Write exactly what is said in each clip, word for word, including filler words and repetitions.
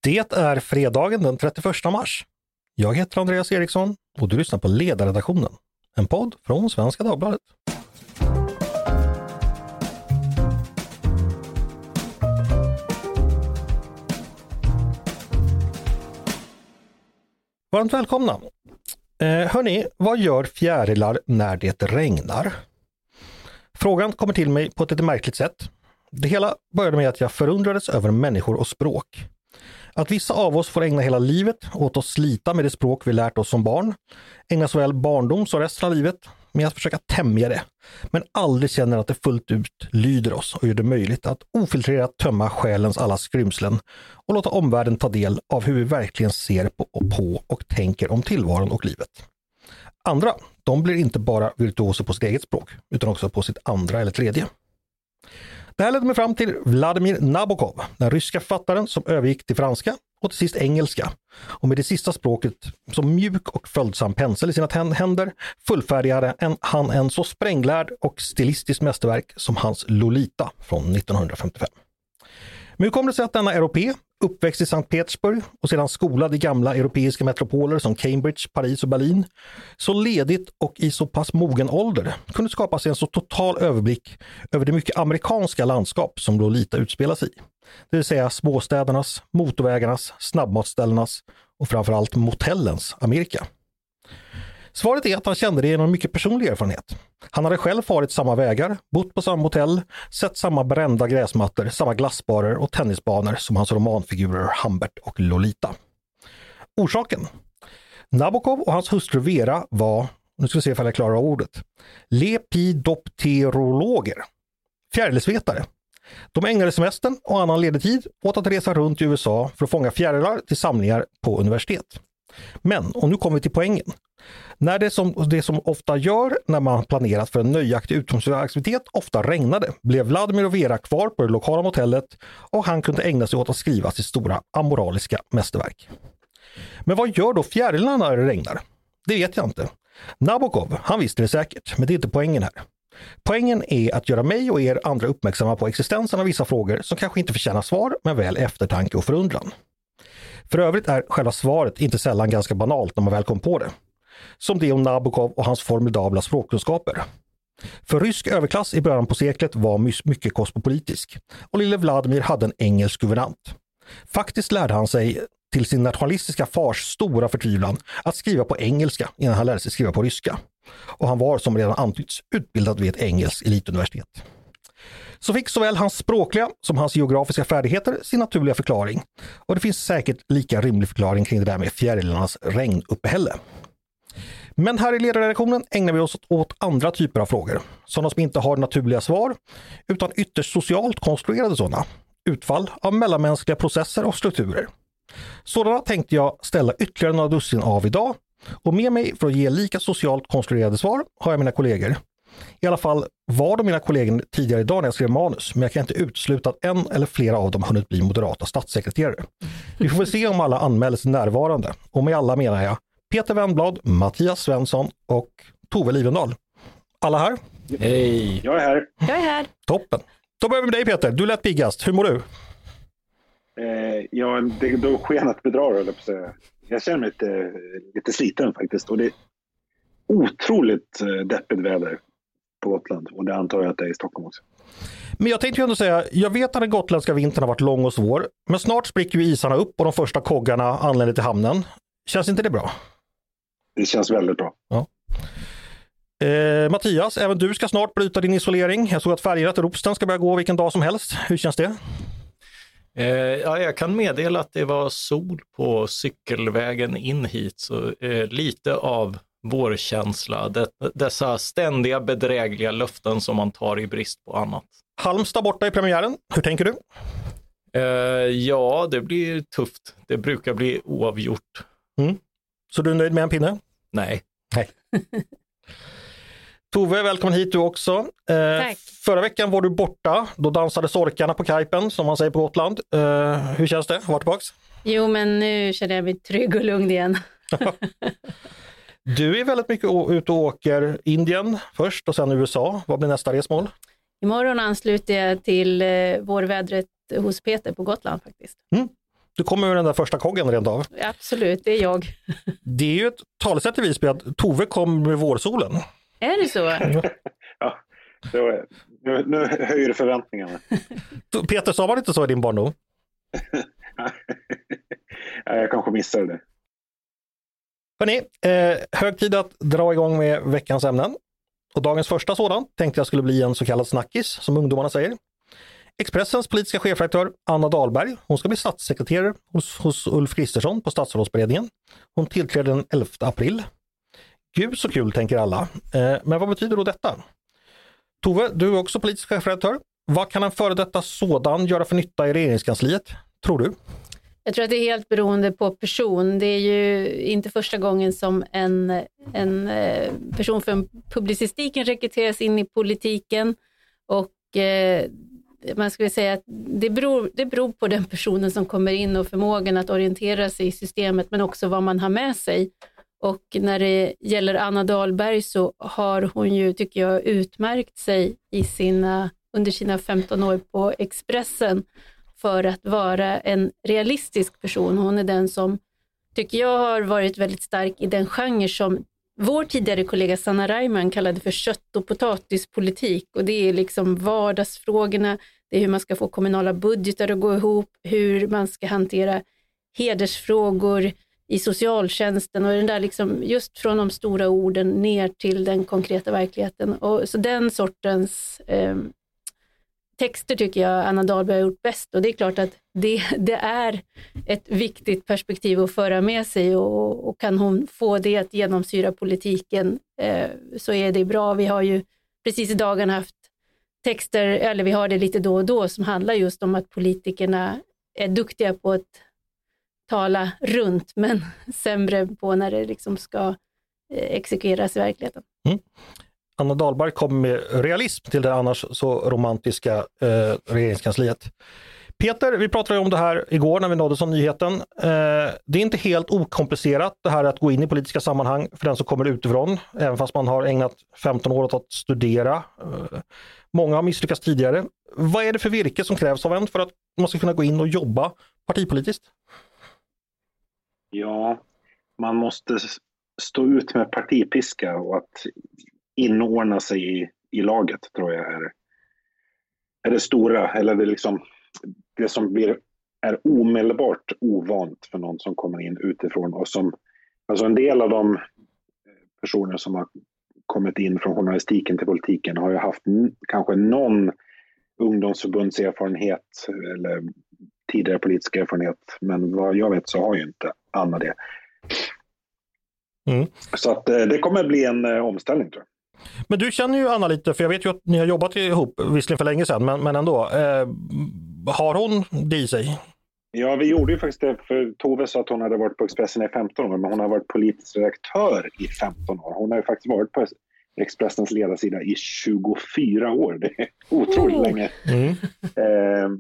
Det är fredagen den trettioförsta mars. Jag heter Andreas Eriksson och du lyssnar på Ledarredaktionen, en podd från Svenska Dagbladet. Varmt välkomna! Eh, hörni, vad gör fjärilar när det regnar? Frågan kommer till mig på ett lite märkligt sätt. Det hela började med att jag förundrades över människor och språk. Att vissa av oss får ägna hela livet åt att slita med det språk vi lärt oss som barn, ägna såväl barndom som resten av livet med att försöka tämja det, men aldrig känner att det fullt ut lyder oss och gör det möjligt att ofiltrerat tömma själens alla skrymslen och låta omvärlden ta del av hur vi verkligen ser på och, på och tänker om tillvaron och livet. Andra, de blir inte bara virtuoser på sitt eget språk, utan också på sitt andra eller tredje. Det här ledde mig fram till Vladimir Nabokov, den ryska författaren som övergick till franska och till sist engelska. Och med det sista språket som mjuk och följsam pensel i sina händer fullfärdigade en, han en så spränglärd och stilistiskt mästerverk som hans Lolita från nittonhundrafemtiofem. Men hur kommer det sig att denna europé, uppväxt i Sankt Petersburg och sedan skolad i gamla europeiska metropoler som Cambridge, Paris och Berlin, så ledigt och i så pass mogen ålder kunde skapa sig en så total överblick över det mycket amerikanska landskap som Lolita utspelar sig i. Det vill säga småstädernas, motorvägarnas, snabbmatsställenas och framförallt motellens Amerika. Svaret är att han kände det genom mycket personlig erfarenhet. Han hade själv farit samma vägar, bott på samma hotell, sett samma brända gräsmattor, samma glassbarer och tennisbanor som hans romanfigurer Humbert och Lolita. Orsaken? Nabokov och hans hustru Vera var, nu ska vi se ifall jag klarar av ordet, lepidopterologer, fjärilsvetare. De ägnade semestern och annan ledig tid åt att resa runt i U S A för att fånga fjärilar till samlingar på universitet. Men, och nu kommer vi till poängen. När det som, det som ofta gör när man planerat för en nöjaktig utomhusaktivitet ofta regnade, blev Vladimir och Vera kvar på det lokala motellet och han kunde ägna sig åt att skriva sitt stora amoraliska mästerverk. Men vad gör då fjärilarna när det regnar? Det vet jag inte. Nabokov, han visste det säkert, men det är inte poängen här. Poängen är att göra mig och er andra uppmärksamma på existensen av vissa frågor som kanske inte förtjänar svar, men väl eftertanke och förundran. För övrigt är själva svaret inte sällan ganska banalt när man väl kom på det. Som det om Nabokov och hans formidabla språkkunskaper. För rysk överklass i början på seklet var mycket kosmopolitisk och lille Vladimir hade en engelsk guvernant. Faktiskt lärde han sig till sin nationalistiska fars stora förtvivlan att skriva på engelska innan han lärde sig skriva på ryska. Och han var som redan antytts utbildad vid ett engelskt elituniversitet. Så fick såväl hans språkliga som hans geografiska färdigheter sin naturliga förklaring. Och det finns säkert lika rimlig förklaring kring det där med fjärilarnas regnuppehälle. Men här i ledarredaktionen ägnar vi oss åt andra typer av frågor. Sådana som inte har naturliga svar, utan ytterst socialt konstruerade sådana. Utfall av mellanmänskliga processer och strukturer. Sådana tänkte jag ställa ytterligare några dussin av idag. Och med mig för att ge lika socialt konstruerade svar har jag mina kollegor. I alla fall var de mina kollegor tidigare idag när jag skrev manus, men jag kan inte utesluta att en eller flera av dem hunnit bli moderata statssekreterare. Vi får väl se om alla anmäls närvarande. Och med alla menar jag Peter Wennblad, Mattias Svensson och Tove Livendal. Alla här? Hej! Jag är här. Jag är här. Toppen. Då börjar vi med dig Peter. Du lät piggast. Hur mår du? Eh, ja, det då sken att bedra då, jag, jag känner mig lite, lite sliten faktiskt. Och det är otroligt deppigt väder på Gotland. Och det antar jag att det är i Stockholm också. Men jag tänkte ju ändå säga, jag vet att den gotländska vintern har varit lång och svår. Men snart spricker ju isarna upp och de första koggarna anländer till hamnen. Känns inte det bra? Det känns väldigt bra. Ja. Eh, Mattias, även du ska snart bryta din isolering. Jag såg att färgerna till Ropsten ska börja gå vilken dag som helst. Hur känns det? Eh, ja, jag kan meddela att det var sol på cykelvägen in hit. Så eh, lite av vårkänsla. Det, dessa ständiga bedrägliga löften som man tar i brist på annat. Halmstad borta i premiären. Hur tänker du? Eh, ja, det blir tufft. Det brukar bli oavgjort. Mm. Så du är nöjd med en pinne? Nej. Nej. Tove, välkommen hit du också. Eh, förra veckan var du borta. Då dansade sorkarna på Kajpen, som man säger på Gotland. Eh, hur känns det? Var tillbaks? Jo, men nu känner jag mig trygg och lugn igen. Du är väldigt mycket ute och åker Indien först och sen U S A. Vad blir nästa resmål? Imorgon ansluter jag till eh, vårvädret hos Peter på Gotland faktiskt. Mm. Du kommer med den där första koggen rent av. Absolut, det är jag. Det är ju ett talesätt i Visby att Tove kom med vårsolen. Är det så? Ja, då, nu, nu höjer förväntningarna. Peter, sa man inte så i din barndom? Ja, jag kanske missade det. Hörrni, eh, hög tid att dra igång med veckans ämnen. Och dagens första sådan tänkte jag skulle bli en så kallad snackis, som ungdomarna säger. Expressens politiska chefredaktör Anna Dahlberg, hon ska bli statssekreterare hos, hos Ulf Kristersson på statsrådsberedningen. Hon tillträdde den elfte april. Gud så kul, tänker alla. Eh, men vad betyder då detta? Tove, du är också politisk chefredaktör. Vad kan en före detta sådan göra för nytta i regeringskansliet, tror du? Jag tror att det är helt beroende på person. Det är ju inte första gången som en, en person från publicistiken rekryteras in i politiken. Och eh, man skulle säga att det beror, det beror på den personen som kommer in och förmågan att orientera sig i systemet, men också vad man har med sig. Och när det gäller Anna Dahlberg så har hon ju, tycker jag, utmärkt sig i sina, under sina femton år på Expressen för att vara en realistisk person. Hon är den som, tycker jag, har varit väldigt stark i den genre som vår tidigare kollega Sanna Reimann kallade för kött- och potatispolitik. Och det är liksom vardagsfrågorna, det är hur man ska få kommunala budgetar att gå ihop, hur man ska hantera hedersfrågor i socialtjänsten och den där liksom just från de stora orden ner till den konkreta verkligheten. Och så den sortens eh, texter tycker jag Anna Dahlberg har gjort bäst, och det är klart att det, det är ett viktigt perspektiv att föra med sig, och, och kan hon få det att genomsyra politiken eh, så är det bra. Vi har ju precis i dagen haft texter, eller vi har det lite då och då, som handlar just om att politikerna är duktiga på att tala runt, men sämre på när det liksom ska eh, exekveras i verkligheten. Mm. Anna Dahlberg kom med realism till det annars så romantiska eh, regeringskansliet. Peter, vi pratade om det här igår när vi nåddes om nyheten. Eh, det är inte helt okomplicerat det här att gå in i politiska sammanhang för den som kommer utifrån, även fast man har ägnat femton år åt att studera. Eh, många har misslyckats tidigare. Vad är det för virke som krävs av en för att man ska kunna gå in och jobba partipolitiskt? Ja, man måste stå ut med partipiska och att inordna sig i, i laget, tror jag är, är det stora, eller det, liksom, det som blir, är omedelbart ovant för någon som kommer in utifrån. Och som, alltså en del av de personer som har kommit in från journalistiken till politiken har ju haft n- kanske någon ungdomsförbundserfarenhet eller tidigare politisk erfarenhet, men vad jag vet så har ju inte Anna det. Mm. Så att det kommer bli en omställning, tror jag. Men du känner ju Anna lite, för jag vet ju att ni har jobbat ihop, visserligen för länge sedan, men, men ändå. Eh, har hon det i sig? Ja, vi gjorde ju faktiskt det, för Tove sa att hon hade varit på Expressen i femton år, men hon har varit politisk redaktör i femton år. Hon har ju faktiskt varit på Expressens ledarsida i tjugofyra år. Det är otroligt oh. länge. Mm. Eh,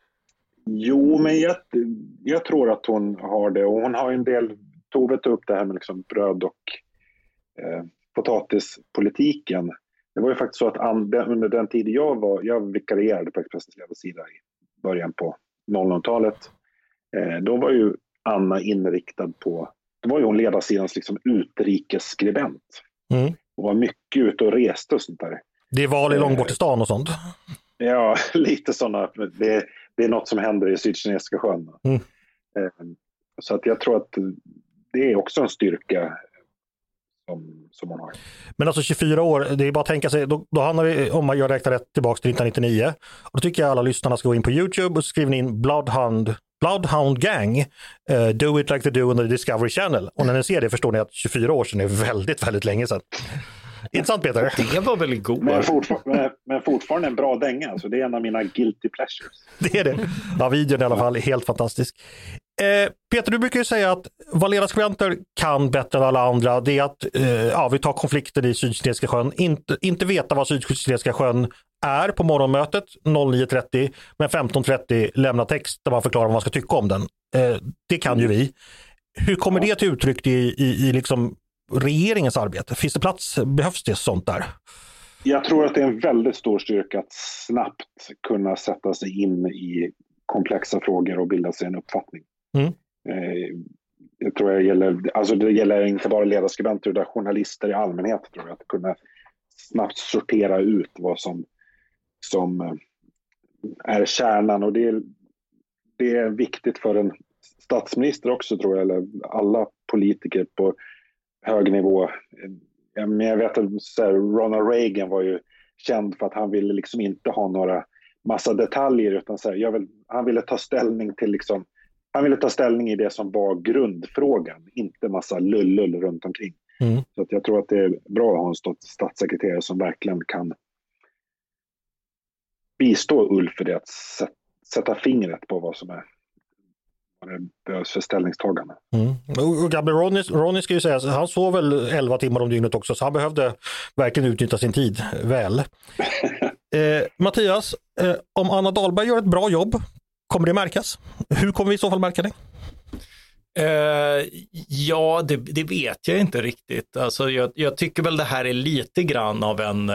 jo, men jag, jag tror att hon har det. Och hon har en del, Tove tog upp det här med liksom bröd och eh, potatispolitiken. Det var ju faktiskt så att an, under den tid jag var, jag vikarierade på Expressens ledarsida i början på noll noll-talet. Eh, då var ju Anna inriktad på, då var ju hon ledarsidans liksom utrikesskribent. Mm. Och var mycket ute och reste och sånt där. Det är val i långt bort i stan och sånt? Ja, lite sådana. Det, det är något som händer i Sydkinesiska sjön. Mm. Eh, så att jag tror att det är också en styrka som, som man har. Men alltså tjugofyra år, det är bara att tänka sig, då, då hamnar vi, om man gör räkna rätt, tillbaka till nittonhundranittionio. Och då tycker jag alla lyssnarna ska gå in på YouTube och skriva in Bloodhound, Bloodhound Gang, uh, Do It Like They Do on the Discovery Channel. Och när ni ser det förstår ni att tjugofyra år sedan är väldigt, väldigt länge sedan. Inte sant, Peter? Det var väldigt god. Men, fortfar- men, men fortfarande en bra dänga, alltså det är en av mina guilty pleasures. Det är det. Ja, videon i alla fall är helt fantastisk. Eh, Peter, du brukar ju säga att vad ledarskribenter kan bättre än alla andra, det är att eh, ja, vi tar konflikten i Sydkinesiska sjön, inte, inte veta vad Sydkinesiska sjön är på morgonmötet nio trettio, men femton trettio lämna text där man förklarar vad man ska tycka om den. Eh, det kan ju vi. Hur kommer det till uttryck i, i, i liksom regeringens arbete? Finns det plats? Behövs det sånt där? Jag tror att det är en väldigt stor styrka att snabbt kunna sätta sig in i komplexa frågor och bilda sig en uppfattning. Mm. Eh, jag tror det gäller, alltså det gäller inte bara ledarskribenter utan journalister i allmänhet, tror jag, att kunna snabbt sortera ut vad som, som är kärnan, och det är, det är viktigt för en statsminister också, tror jag, eller alla politiker på hög nivå. Men jag vet att så här, Ronald Reagan var ju känd för att han ville liksom inte ha några massa detaljer, utan så här, jag vill, han ville ta ställning till liksom, han ville ta ställning i det som var grundfrågan, inte massa lullull runt omkring. Mm. Så att jag tror att det är bra att ha en statssekreterare som verkligen kan bistå Ulf för det, att sätta fingret på vad som är vad det behövs för ställningstagande. Mm. Och Gabriel Ronny, Ronny ska ju säga, han sov väl elva timmar om dygnet också, så han behövde verkligen utnyttja sin tid väl. eh, Mattias, eh, om Anna Dahlberg gör ett bra jobb, kommer det märkas? Hur kommer vi i så fall märka det? Uh, ja, det, det vet jag inte riktigt. Alltså, jag, jag tycker väl det här är lite grann av en,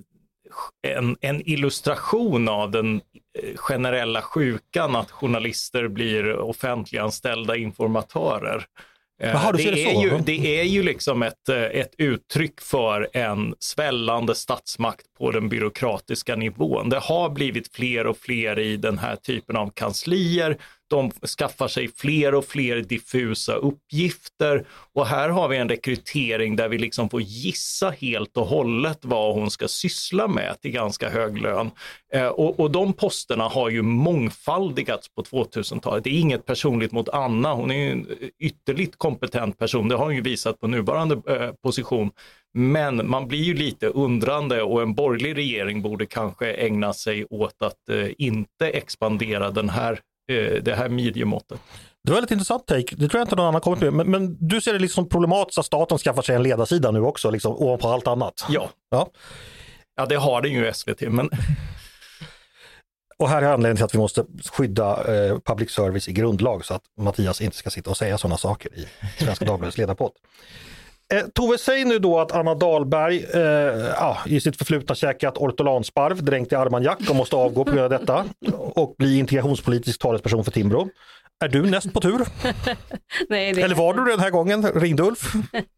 en, en illustration av den generella sjukan att journalister blir offentliganställda informatörer. Jaha, du ser det, det, är så. Ju, det är ju liksom ett, ett uttryck för en svällande statsmakt på den byråkratiska nivån. Det har blivit fler och fler i den här typen av kanslier. De skaffar sig fler och fler diffusa uppgifter, och här har vi en rekrytering där vi liksom får gissa helt och hållet vad hon ska syssla med till ganska hög lön. Eh, och, och de posterna har ju mångfaldigats på tvåtusentalet. Det är inget personligt mot Anna, hon är ju en ytterligt kompetent person, det har hon ju visat på nuvarande eh, position. Men man blir ju lite undrande, och en borgerlig regering borde kanske ägna sig åt att eh, inte expandera den här det här midjemåttet. Det var lite intressant take. Det tror jag inte någon annan kommit med. Men, men du ser det liksom problematiskt att staten skaffar sig en ledarsida nu också, liksom ovanpå allt annat. Ja. Ja, ja det har den ju S V T. Men... Och här är anledningen till att vi måste skydda eh, public service i grundlag, så att Mattias inte ska sitta och säga sådana saker i Svenska Dagbladets ledarpodd. Eh, Tove, säg nu då att Anna Dahlberg eh, ah, i sitt förflutna käkat ortolansparv, dränkt i armagnack och måste avgå på grund av detta och bli integrationspolitisk talesperson för Timbro. Är du näst på tur? Nej, det... Eller var du den här gången? Ringde Ulf?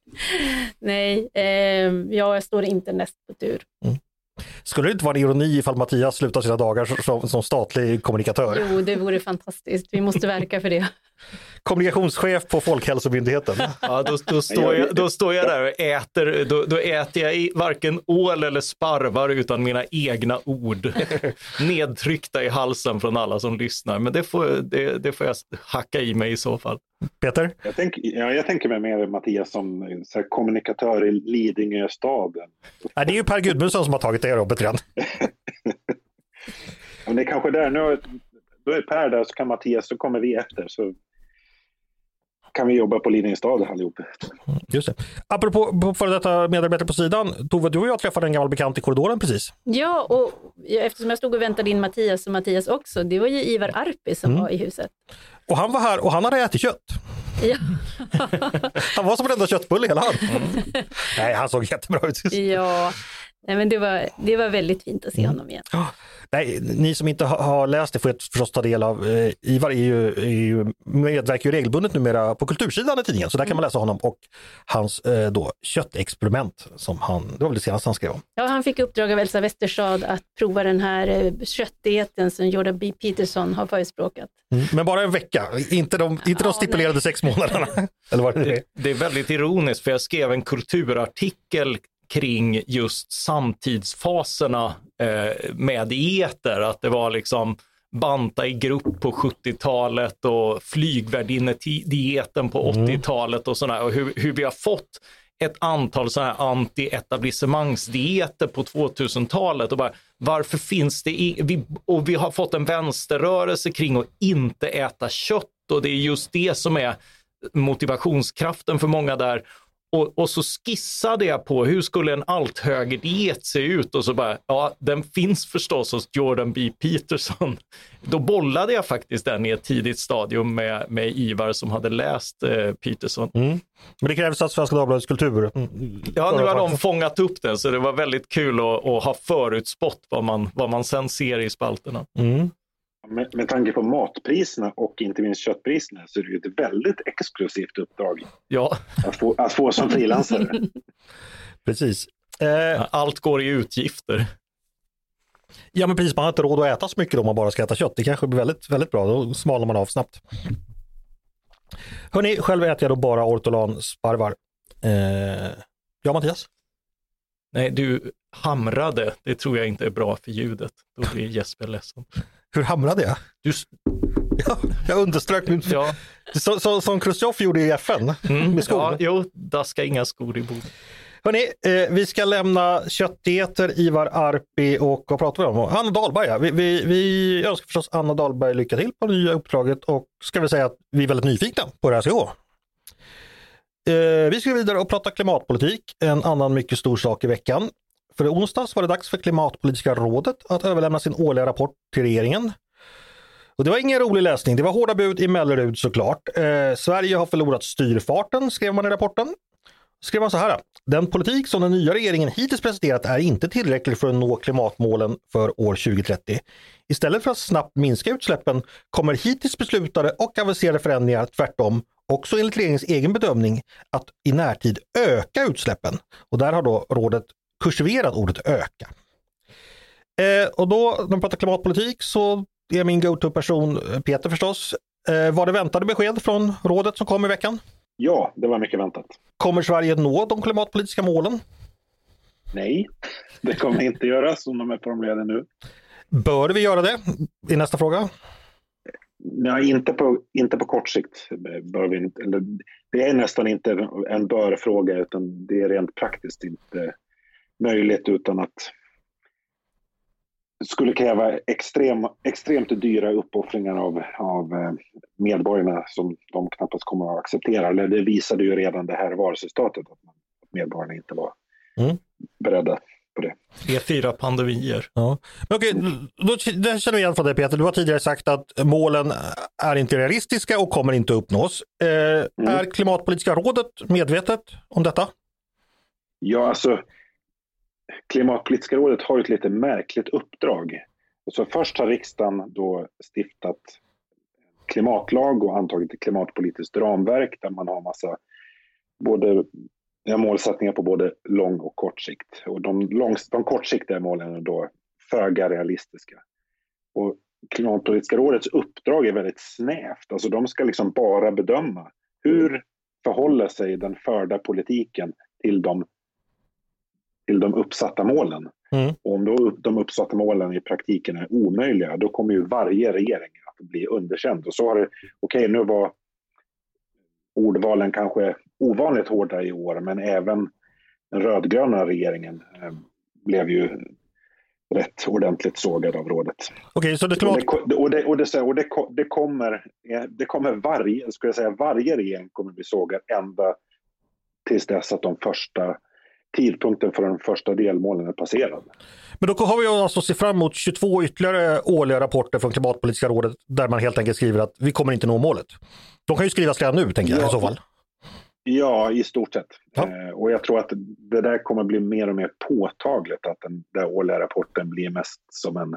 Nej, eh, jag står inte näst på tur. Mm. Skulle det inte vara en ironi ifall Mattias slutar sina dagar som, som statlig kommunikatör? Jo, det vore fantastiskt. Vi måste verka för det. Kommunikationschef på Folkhälsomyndigheten. Ja, då, då, står jag, då står jag där och äter, då, då äter jag i varken ål eller sparvar utan mina egna ord. Nedtryckta i halsen från alla som lyssnar. Men det får, det, det får jag hacka i mig i så fall. Peter? Jag, tänk, ja, jag tänker mig mer Mattias som så här, kommunikatör i Lidingö stad. Ja, det är ju Per Gudmundsson som har tagit det jobbet redan. Men det är kanske där, nu, då är Per där, så kan Mattias, så kommer vi efter, så kan vi jobba på Lidingö stad allihop. Just det. Apropå för detta medarbetare på sidan, Tove, du och jag träffade en gammal bekant i korridoren precis. Ja, och eftersom jag stod och väntade in Mattias och Mattias också, det var ju Ivar Arpi som mm. var i huset. Och han var här och han hade ätit kött. Ja. Han var som en enda köttbulle hela han. Mm. Nej, han såg jättebra ut. Ja, nej, men det var, det var väldigt fint att se mm. honom igen. Nej, ni som inte ha, har läst det får förstås ta del av. Eh, Ivar är ju, är ju medverkar ju regelbundet numera på kultursidan i tidningen, så där kan man läsa honom och hans eh, då, köttexperiment som han, det var väl det senaste han skrev om. Ja, han fick uppdrag av Elsa Westerstad att prova den här eh, köttdieten som Jordan B. Peterson har förespråkat. Mm, men bara en vecka, inte de, inte de stipulerade nej. sex månaderna. Eller vad det, det, det är väldigt ironiskt, för jag skrev en kulturartikel kring just samtidsfaserna eh, med dieter, att det var liksom banta i grupp på sjuttiotalet och flygvärdinnedieten på åttiotalet och sådär, och hur, hur vi har fått ett antal sådana här anti-etablissemangsdieter på tvåtusentalet, och bara, varför finns det i, vi, och vi har fått en vänsterrörelse kring att inte äta kött, och det är just det som är motivationskraften för många där. Och, och så skissade jag på hur skulle en althögerdiet se ut, och så bara, ja, den finns förstås hos Jordan B. Peterson. Då bollade jag faktiskt den i ett tidigt stadium med, med Ivar som hade läst eh, Peterson. Mm. Men det krävs att Svenska Dagbladets kultur. Mm. Ja, nu har de fångat upp den, så det var väldigt kul att, att ha förutspått vad man, vad man sen ser i spalterna. Mm. Med, med tanke på matpriserna och inte minst köttpriserna så är det ju ett väldigt exklusivt uppdrag Ja. att få, att få som frilansare. Precis. Eh, Allt går i utgifter. ja men precis, man har inte råd att äta så mycket om man bara ska äta kött. Det kanske blir väldigt, väldigt bra, då smalnar man av snabbt. Hörrni, själv äter jag då bara ortolansparvar. Eh, ja Mattias? Nej, du hamrade. Det tror jag inte är bra för ljudet. Då blir Jesper ledsen. Hur hamrade jag? Du... Ja, jag underströk min... Ja. Så, så, som Khrushchev gjorde i F N Mm, med skor. ja, jo, daska inga skor i bordet. Hörrni, eh, vi ska lämna köttdieter, Ivar Arpi och vad pratar vi om? Anna Dahlberg. Ja. Vi, vi, vi önskar förstås Anna Dahlberg lycka till på det nya uppdraget och ska vi säga att vi är väldigt nyfikna på hur det här ska gå. Eh, vi ska vidare och prata klimatpolitik, en annan mycket stor sak i veckan. För i onsdags var det dags för Klimatpolitiska rådet att överlämna sin årliga rapport till regeringen. Och det var ingen rolig läsning, det var hårda bud i Mellerud såklart. Eh, Sverige har förlorat styrfarten, skrev man i rapporten. Skrev man så här: den politik som den nya regeringen hittills presenterat är inte tillräcklig för att nå klimatmålen för år tjugo trettio. Istället för att snabbt minska utsläppen kommer hittills beslutade och aviserade förändringar tvärtom, också enligt regeringens egen bedömning, att i närtid öka utsläppen. Och där har då rådet kursiverat ordet öka. Eh, och då när man pratar klimatpolitik så är min go-to-person Peter förstås. Eh, var det väntade besked från rådet som kom i veckan? Ja, det var mycket väntat. Kommer Sverige nå de klimatpolitiska målen? Nej, det kommer inte göra som de är formulerade nu. Bör vi göra det? I nästa fråga. Nej, inte på, inte på kort sikt. Bör vi inte, eller, det är nästan inte en bör-fråga utan det är rent praktiskt inte möjligt utan att skulle kräva extrem, extremt dyra uppoffringar av, av medborgarna som de knappast kommer att acceptera. Eller det visade ju redan det här valresultatet att medborgarna inte var mm. beredda på det. Tre, fyra pandemier. Ja. Men okej, då, det känner vi igen från dig Peter. Du har tidigare sagt att målen är inte realistiska och kommer inte uppnås. Eh, mm. Är Klimatpolitiska rådet medvetet om detta? Ja, alltså Klimatpolitiska rådet har ett lite märkligt uppdrag. Så först har riksdagen då stiftat klimatlag och antagit ett klimatpolitiskt ramverk där man har massa både målsättningar på både lång och kort sikt. Och de, lång, de kortsiktiga målen är då föga realistiska. Och Klimatpolitiska rådets uppdrag är väldigt snävt. Alltså de ska liksom bara bedöma hur förhåller sig den förda politiken till de till de uppsatta målen. Mm. Och om då de uppsatta målen i praktiken är omöjliga, då kommer ju varje regering att bli underkänd. Och så har det, okej okay, nu var ordvalen kanske ovanligt hårda i år, men även den rödgröna regeringen eh, blev ju rätt ordentligt sågad av rådet. Okay, så det klimat... och, det, och, det, och, det, och det, det kommer, det kommer varje, skulle jag säga, varje regering kommer bli sågad ända tills dess att de första tidpunkten för de första delmålen är passerad. Men då har vi alltså se fram emot tjugotvå ytterligare årliga rapporter från Klimatpolitiska rådet där man helt enkelt skriver att vi kommer inte nå målet. De kan ju skrivas redan nu, tänker jag, ja, i så fall. Ja, i stort sett. Ja. Eh, och jag tror att det där kommer bli mer och mer påtagligt att den där årliga rapporten blir mest som en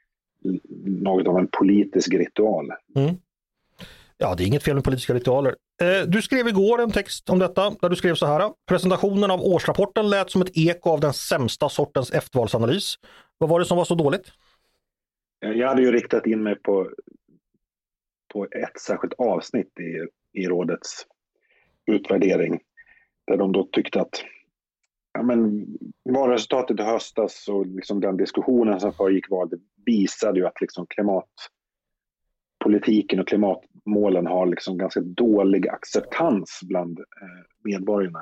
något av en politisk ritual. Mm. Ja, det är inget fel med politiska ritualer. Eh, du skrev igår en text om detta där du skrev så här: presentationen av årsrapporten lät som ett eko av den sämsta sortens eftervalsanalys. Vad var det som var så dåligt? Jag hade ju riktat in mig på, på ett särskilt avsnitt i, i rådets utvärdering där de då tyckte att ja, men, valresultatet i höstas och liksom den diskussionen som föregick valet visade ju att liksom klimatpolitiken och klimatmålen har liksom ganska dålig acceptans bland eh, medborgarna.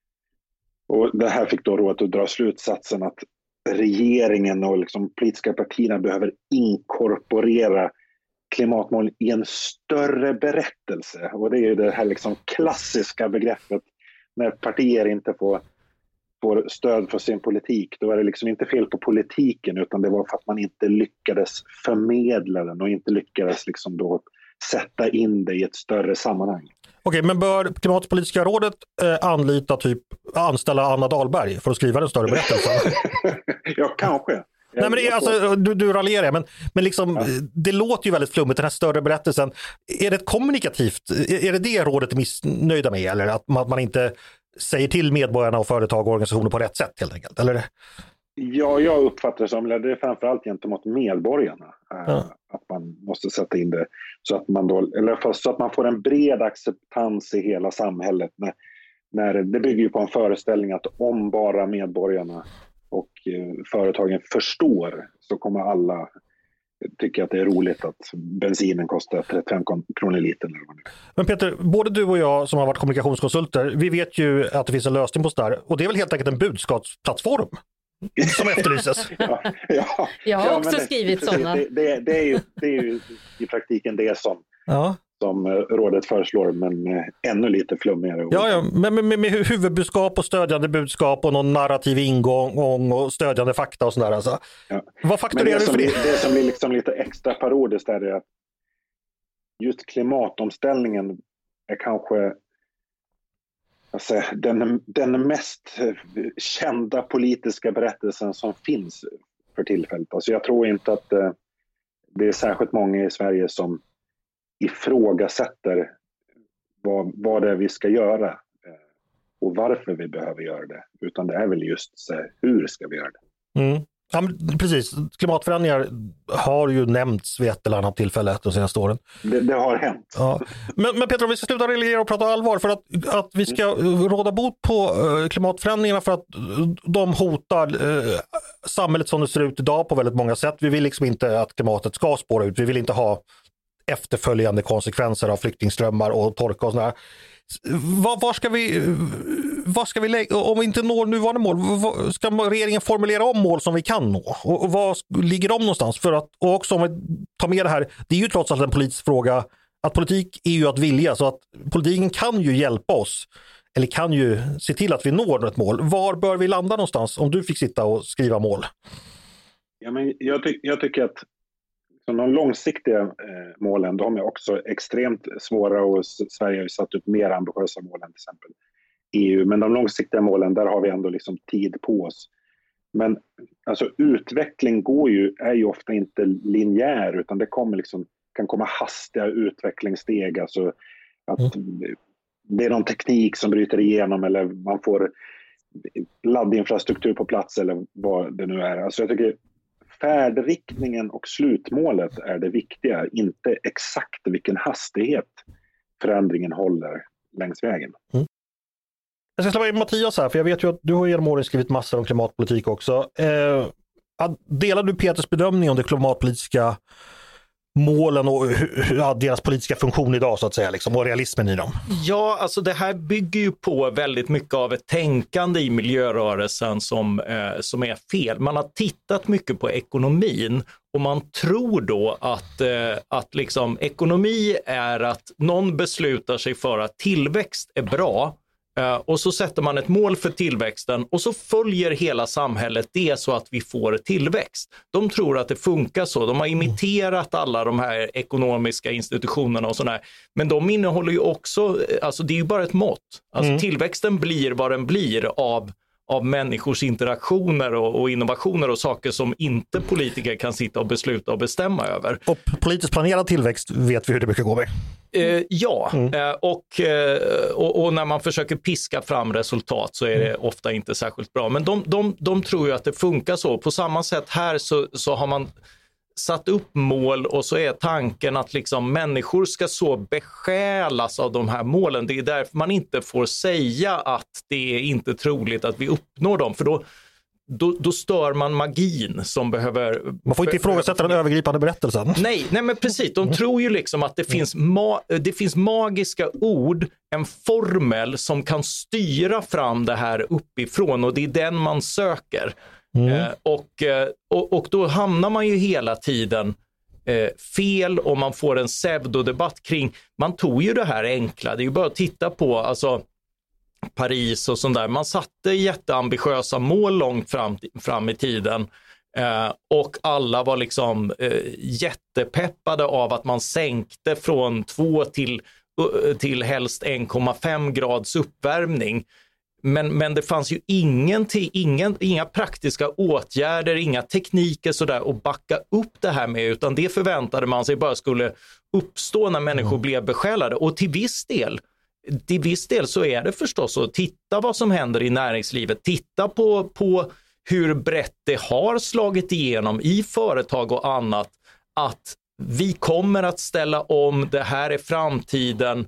Och det här fick då rådet att dra slutsatsen att regeringen och liksom politiska partierna behöver inkorporera klimatmål i en större berättelse. Och det är ju det här liksom klassiska begreppet när partier inte får, får stöd för sin politik. Då är det liksom inte fel på politiken utan det var för att man inte lyckades förmedla den och inte lyckades liksom då sätta in det i ett större sammanhang. Okej, men bör Klimatpolitiska rådet eh, anlita typ, anställa Anna Dahlberg för att skriva den större berättelsen? Ja, kanske. Nej, men det, är, alltså, du, du raljerar, men, men liksom, ja. Det låter ju väldigt flummigt, den här större berättelsen. Är det ett kommunikativt, är, är det det rådet är missnöjda med, eller att man, att man inte säger till medborgarna och företag och organisationer på rätt sätt helt enkelt, eller? Ja, jag uppfattar det som, det är framförallt gentemot medborgarna, ja. Att man måste sätta in det så att man då, eller så att man får en bred acceptans i hela samhället. När, när det bygger ju på en föreställning att om bara medborgarna och företagen förstår, så kommer alla tycka att det är roligt att bensinen kostar trettiofem kronor litern. Men Peter, både du och jag som har varit kommunikationskonsulter, vi vet ju att det finns en lösning på det där, och det är väl helt enkelt en budskapsplattform som efterlyses. ja, ja, jag har ja, också det, skrivit sådana. Det, det, det, är ju, det är ju i praktiken det som ja. som rådet föreslår, men ännu lite flummigare. Ja, ja. Men med, med, med huvudbudskap och stödjande budskap och någon narrativ ingång och stödjande fakta och sådär. Alltså. Ja. Vad fakturerar du för det? Det som blir liksom lite extra parodiskt är att just klimatomställningen är kanske alltså, den, den mest kända politiska berättelsen som finns för tillfället. Alltså, jag tror inte att eh, det är särskilt många i Sverige som ifrågasätter vad, vad det är vi ska göra eh, och varför vi behöver göra det, utan det är väl just så här, hur ska vi göra det? Mm. Ja, men precis, klimatförändringar har ju nämnts vid ett eller annat tillfälle de senaste åren. Det, det har hänt. Ja. Men, men Peter, om vi ska sluta religera och prata allvar, för att, att vi ska råda bot på uh, klimatförändringarna, för att uh, de hotar uh, samhället som det ser ut idag på väldigt många sätt. Vi vill liksom inte att klimatet ska spåra ut, vi vill inte ha efterföljande konsekvenser av flyktingströmmar och torka och sådär. Var, var ska vi vad ska vi lägga, om vi inte når nuvarande mål, vad, ska regeringen formulera om mål som vi kan nå? Och, och vad ligger de någonstans? För att, och också om vi tar med det här, det är ju trots allt en politisk fråga, att politik är ju att vilja, så att politiken kan ju hjälpa oss, eller kan ju se till att vi når ett mål. Var bör vi landa någonstans om du fick sitta och skriva mål? Ja, men jag, ty- jag tycker att så de långsiktiga eh, målen, de är också extremt svåra, och Sverige har ju satt upp mer ambitiösa mål än till exempel E U. Men de långsiktiga målen, där har vi ändå liksom tid på oss. Men alltså, utveckling går ju, är ju ofta inte linjär, utan det kommer liksom, kan komma hastiga utvecklingssteg. Alltså att mm. det är någon teknik som bryter igenom, eller man får laddinfrastruktur på plats, eller vad det nu är. Alltså jag tycker färdriktningen och slutmålet är det viktiga, inte exakt vilken hastighet förändringen håller längs vägen. Mm. Jag ska släppa in Mattias här, för jag vet ju att du har genom åren skrivit massor om klimatpolitik också. Eh, delar du Peters bedömning om det klimatpolitiska målen och ja, deras politiska funktion idag, så att säga, liksom, och realismen i dem? Ja, alltså det här bygger ju på väldigt mycket av ett tänkande i miljörörelsen som, eh, som är fel. Man har tittat mycket på ekonomin, och man tror då att, eh, att liksom, ekonomi är att någon beslutar sig för att tillväxt är bra. Uh, och så sätter man ett mål för tillväxten, och så följer hela samhället det så att vi får tillväxt. De tror att det funkar så. De har imiterat alla de här ekonomiska institutionerna och sådär. Men de innehåller ju också, alltså det är ju bara ett mått. Alltså mm. tillväxten blir vad den blir av, av människors interaktioner och, och innovationer och saker som inte politiker kan sitta och besluta och bestämma över. Och politiskt planerad tillväxt vet vi hur det brukar gå med. Eh, ja, mm. eh, och, eh, och, och när man försöker piska fram resultat så är det mm. ofta inte särskilt bra. Men de, de, de tror ju att det funkar så. På samma sätt här så, så har man satt upp mål, och så är tanken att liksom människor ska så besjälas av de här målen. Det är därför man inte får säga att det är inte troligt att vi uppnår dem, för då Då, då stör man magin som behöver... Man får inte ifrågasätta den övergripande berättelsen. Nej, nej men precis. De tror ju liksom att det finns, ma- det finns magiska ord, en formel som kan styra fram det här uppifrån, och det är den man söker. Mm. Eh, och, och, och då hamnar man ju hela tiden eh, fel, och man får en pseudodebatt kring... Man tog ju det här enkla, det är ju bara att titta på... Alltså, Paris och sånt där. Man satte jätteambitiösa mål långt fram, fram i tiden, eh, och alla var liksom eh, jättepeppade av att man sänkte från två till, uh, till helst en komma fem grads uppvärmning. Men, men det fanns ju ingenting, ingen, inga praktiska åtgärder, inga tekniker sådär att backa upp det här med, utan det förväntade man sig bara skulle uppstå när människor mm. blev besjälade. Och till viss del, till viss del så är det förstås att titta vad som händer i näringslivet, titta på, på hur brett det har slagit igenom i företag och annat, att vi kommer att ställa om, det här är framtiden.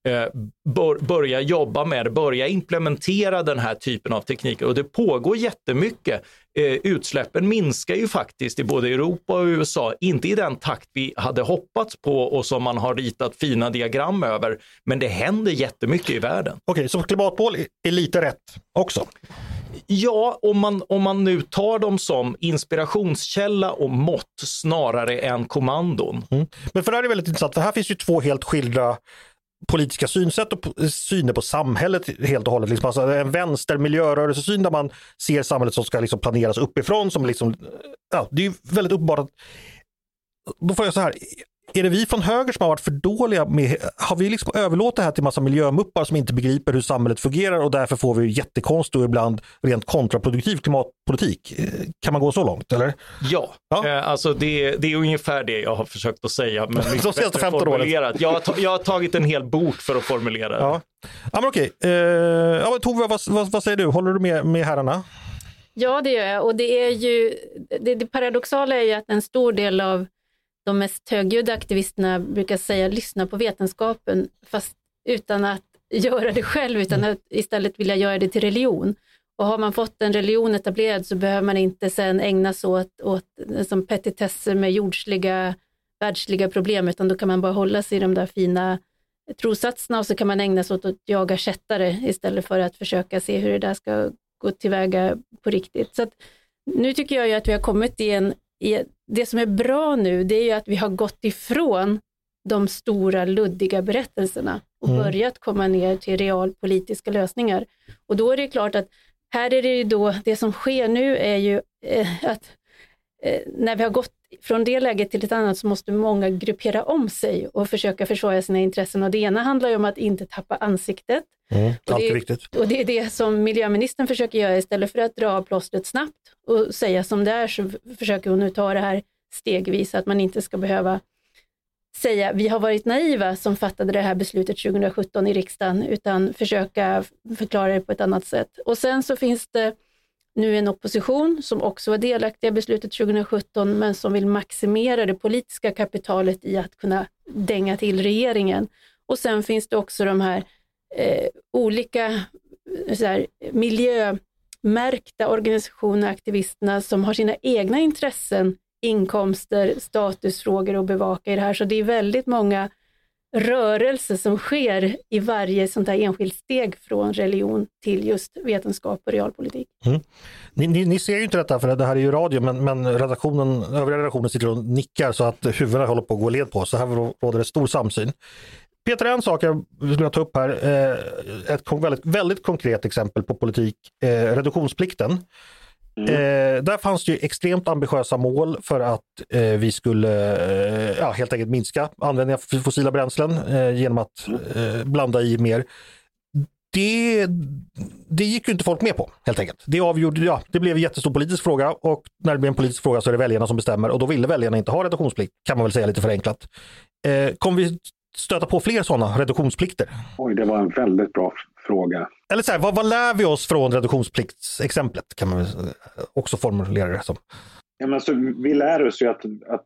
Bör, börja jobba med, börja implementera den här typen av tekniker, och det pågår jättemycket. Eh, utsläppen minskar ju faktiskt i både Europa och U S A, inte i den takt vi hade hoppats på och som man har ritat fina diagram över, men det händer jättemycket i världen. Okej, okay, så klimatmål är lite rätt också? Ja, om man, om man nu tar dem som inspirationskälla och mått snarare än kommandon. Mm. Men för det här är väldigt intressant, för här finns ju två helt skilda politiska synsätt och syner på samhället helt och hållet. Liksom, alltså en vänster miljörörelsesyn där man ser samhället som ska liksom planeras uppifrån. Som liksom, ja, det är ju väldigt uppenbart att, då får jag så här, är det vi från höger som har varit för dåliga med, har vi liksom överlåtit det här till massa miljömuppar som inte begriper hur samhället fungerar, och därför får vi jättekonstig och ibland rent kontraproduktiv klimatpolitik? Kan man gå så långt, eller? Ja, ja. Eh, alltså det, det är ungefär det jag har försökt att säga, men de senaste femton åren. Jag har, jag har tagit en hel bok för att formulera det. Ja, ja men okej. Eh, ja, Tove, vad, vad, vad säger du? Håller du med, med herrarna? Ja, det gör jag. Och det är ju, det, det paradoxala är ju att en stor del av de mest högljudda aktivisterna brukar säga lyssna på vetenskapen, fast utan att göra det själv, utan att istället vilja göra det till religion. Och har man fått en religion etablerad så behöver man inte sen ägna sig åt, åt som petitesser med jordsliga, världsliga problem, utan då kan man bara hålla sig i de där fina trossatserna, och så kan man ägna sig åt att jaga kättare istället för att försöka se hur det där ska gå tillväga på riktigt. Så att nu tycker jag ju att vi har kommit i en i, det som är bra nu, det är ju att vi har gått ifrån de stora luddiga berättelserna och mm. börjat komma ner till realpolitiska lösningar. Och då är det klart att här är det ju då, det som sker nu är ju eh, att eh, när vi har gått från det läget till ett annat så måste många gruppera om sig och försöka försvara sina intressen. Och det ena handlar ju om att inte tappa ansiktet. Mm, och, allt är det, viktigt. och det är det som miljöministern försöker göra. Istället för att dra av plåstret snabbt och säga som det är, så försöker hon nu ta det här stegvis, att man inte ska behöva säga vi har varit naiva som fattade det här beslutet tjugohundrasjutton i riksdagen, utan försöka förklara det på ett annat sätt. Och sen så finns det nu en opposition som också var delaktiga i beslutet tjugohundrasjutton, men som vill maximera det politiska kapitalet i att kunna dänga till regeringen. Och sen finns det också de här eh, olika så här, miljömärkta organisationer, aktivisterna som har sina egna intressen, inkomster, statusfrågor att bevaka i det här. Så det är väldigt många rörelser som sker i varje sånt här enskilt steg från religion till just vetenskap och realpolitik. Mm. Ni, ni, ni ser ju inte detta, för det här är ju radio, men, men redaktionen, övriga redaktionen sitter och nickar så att huvudena håller på att gå led på. Så här råder det stor samsyn. Peter, en sak jag vill ta upp här, eh, ett väldigt, väldigt konkret exempel på politik, eh, reduktionsplikten. Mm. Eh, där fanns det ju extremt ambitiösa mål för att eh, vi skulle eh, ja, helt enkelt minska användningen av fossila bränslen eh, genom att eh, blanda i mer. Det, det gick ju inte folk med på, helt enkelt. Det avgjorde, ja, det blev en jättestor politisk fråga, och när det blir en politisk fråga så är det väljarna som bestämmer, och då ville väljarna inte ha reduktionsplikt, kan man väl säga lite förenklat. Eh, kommer vi stöta på fler sådana reduktionsplikter? Oj, det var en väldigt bra fråga. Eller så här, vad, vad lär vi oss från reduktionspliktsexemplet, kan man också formulera det som? Ja, men alltså, vi lär oss ju att, att,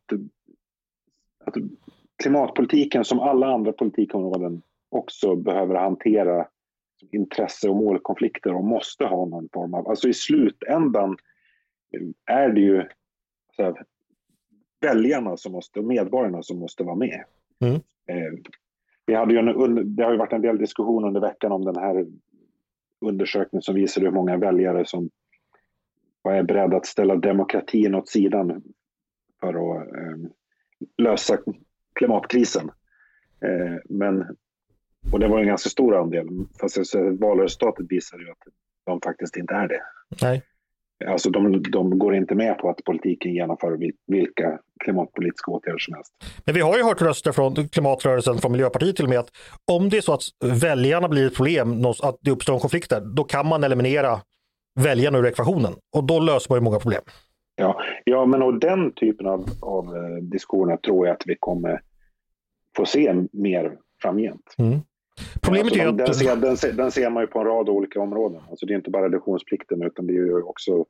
att klimatpolitiken som alla andra politikområden också behöver hantera intresse- och målkonflikter och måste ha någon form av, alltså i slutändan är det ju så här, väljarna som måste, och medborgarna som måste vara med. Mm. Eh, vi hade ju en, det har ju varit en del diskussion under veckan om den här undersökningen som visar hur många väljare som är beredda att ställa demokratin åt sidan för att eh, lösa klimatkrisen. Eh, men, och det var en ganska stor andel, fast valresultatet visar ju att de faktiskt inte är det. Nej. Alltså de, de går inte med på att politiken genomför vilka klimatpolitiska åtgärder som helst. Men vi har ju hört röster från klimatrörelsen, från Miljöpartiet till och med, att om det är så att väljarna blir ett problem, att det uppstår en konflikt där, då kan man eliminera väljarna ur ekvationen. Och då löser man ju många problem. Ja, ja men och den typen av, av eh, diskussioner tror jag att vi kommer få se mer framgent. Mm. Problemet alltså, är att... den, ser, den, ser, den ser man ju på en rad olika områden. Alltså det är inte bara reduktionsplikten utan det är ju också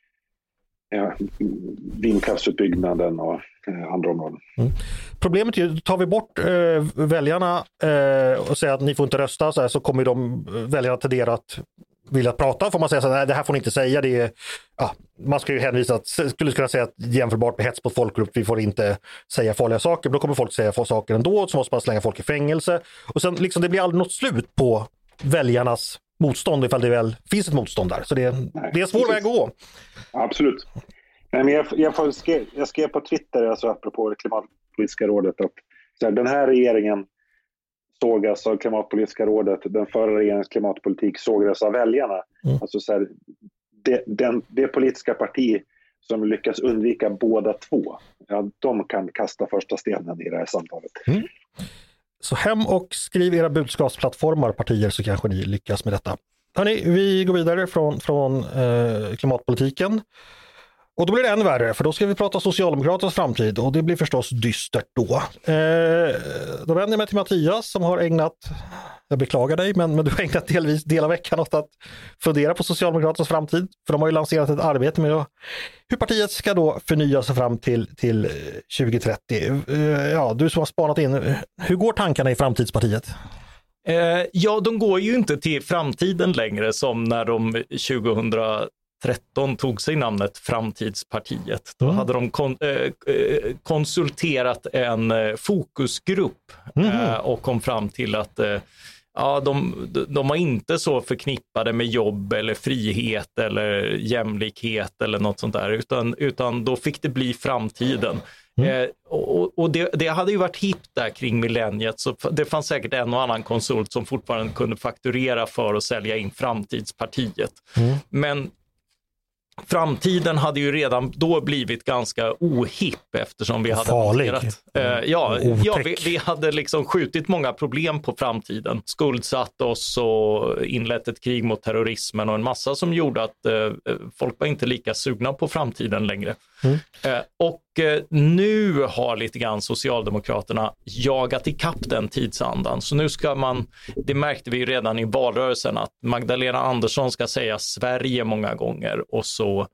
ja, vindkraftsutbyggnaden och eh, andra områden. Mm. Problemet är ju, tar vi bort eh, väljarna eh, och säger att ni får inte rösta så, här, så kommer de väljarna tendera att vilja prata. Får man säga så här, nej, det här får ni inte säga. Det är, ja, man ska ju hänvisa att, skulle kunna säga att jämförbart med hets mot folkgrupp, vi får inte säga farliga saker. Då kommer folk säga få saker ändå, så måste man slänga folk i fängelse. Och sen liksom, det blir aldrig något slut på väljarnas motstånd ifall det väl finns ett motstånd där. Så det, nej, det är en svår väg att gå. Absolut. Nej, men jag, jag, skrev, jag skrev på Twitter, alltså apropå det klimatpolitiska rådet, att så här, den här regeringen sågas av klimatpolitiska rådet, den förra regeringens klimatpolitik sågades av väljarna. Mm. Alltså så här, det, den, det politiska parti som lyckas undvika båda två, ja, de kan kasta första stenen i det här samtalet. Mm. Så hem och skriv era budskapsplattformar, partier, så kanske ni lyckas med detta. Hörrni, vi går vidare från, från eh, klimatpolitiken. Och då blir det än värre, för då ska vi prata Socialdemokraternas framtid och det blir förstås dystert då. Eh, då vänder jag mig till Mattias som har ägnat, jag beklagar dig, men, men du har ägnat delvis del av veckan åt att fundera på Socialdemokraternas framtid. För de har ju lanserat ett arbete med att, hur partiet ska då förnya sig fram till, till tjugo trettio. Eh, ja, du som har spanat in, hur går tankarna i Framtidspartiet? Eh, ja, de går ju inte till framtiden längre som när de tjugohundratretton tog sig namnet Framtidspartiet. Då mm. hade de kon- eh, konsulterat en eh, fokusgrupp mm. eh, och kom fram till att eh, ja, de, de var inte så förknippade med jobb eller frihet eller jämlikhet eller något sånt där, utan, utan då fick det bli framtiden. Mm. Eh, och och det, det hade ju varit hippt där kring millenniet, så det fanns säkert en och annan konsult som fortfarande kunde fakturera för att sälja in Framtidspartiet. Mm. Men framtiden hade ju redan då blivit ganska ohipp eftersom vi hade farlig. Eh, ja, ja vi, vi hade liksom skjutit många problem på framtiden. Skuldsatt oss och inlett ett krig mot terrorismen och en massa som gjorde att eh, folk var inte lika sugna på framtiden längre. Mm. Eh, och eh, nu har lite grann Socialdemokraterna jagat ikapp den tidsandan. Så nu ska man, det märkte vi redan i valrörelsen, att Magdalena Andersson ska säga Sverige många gånger och så,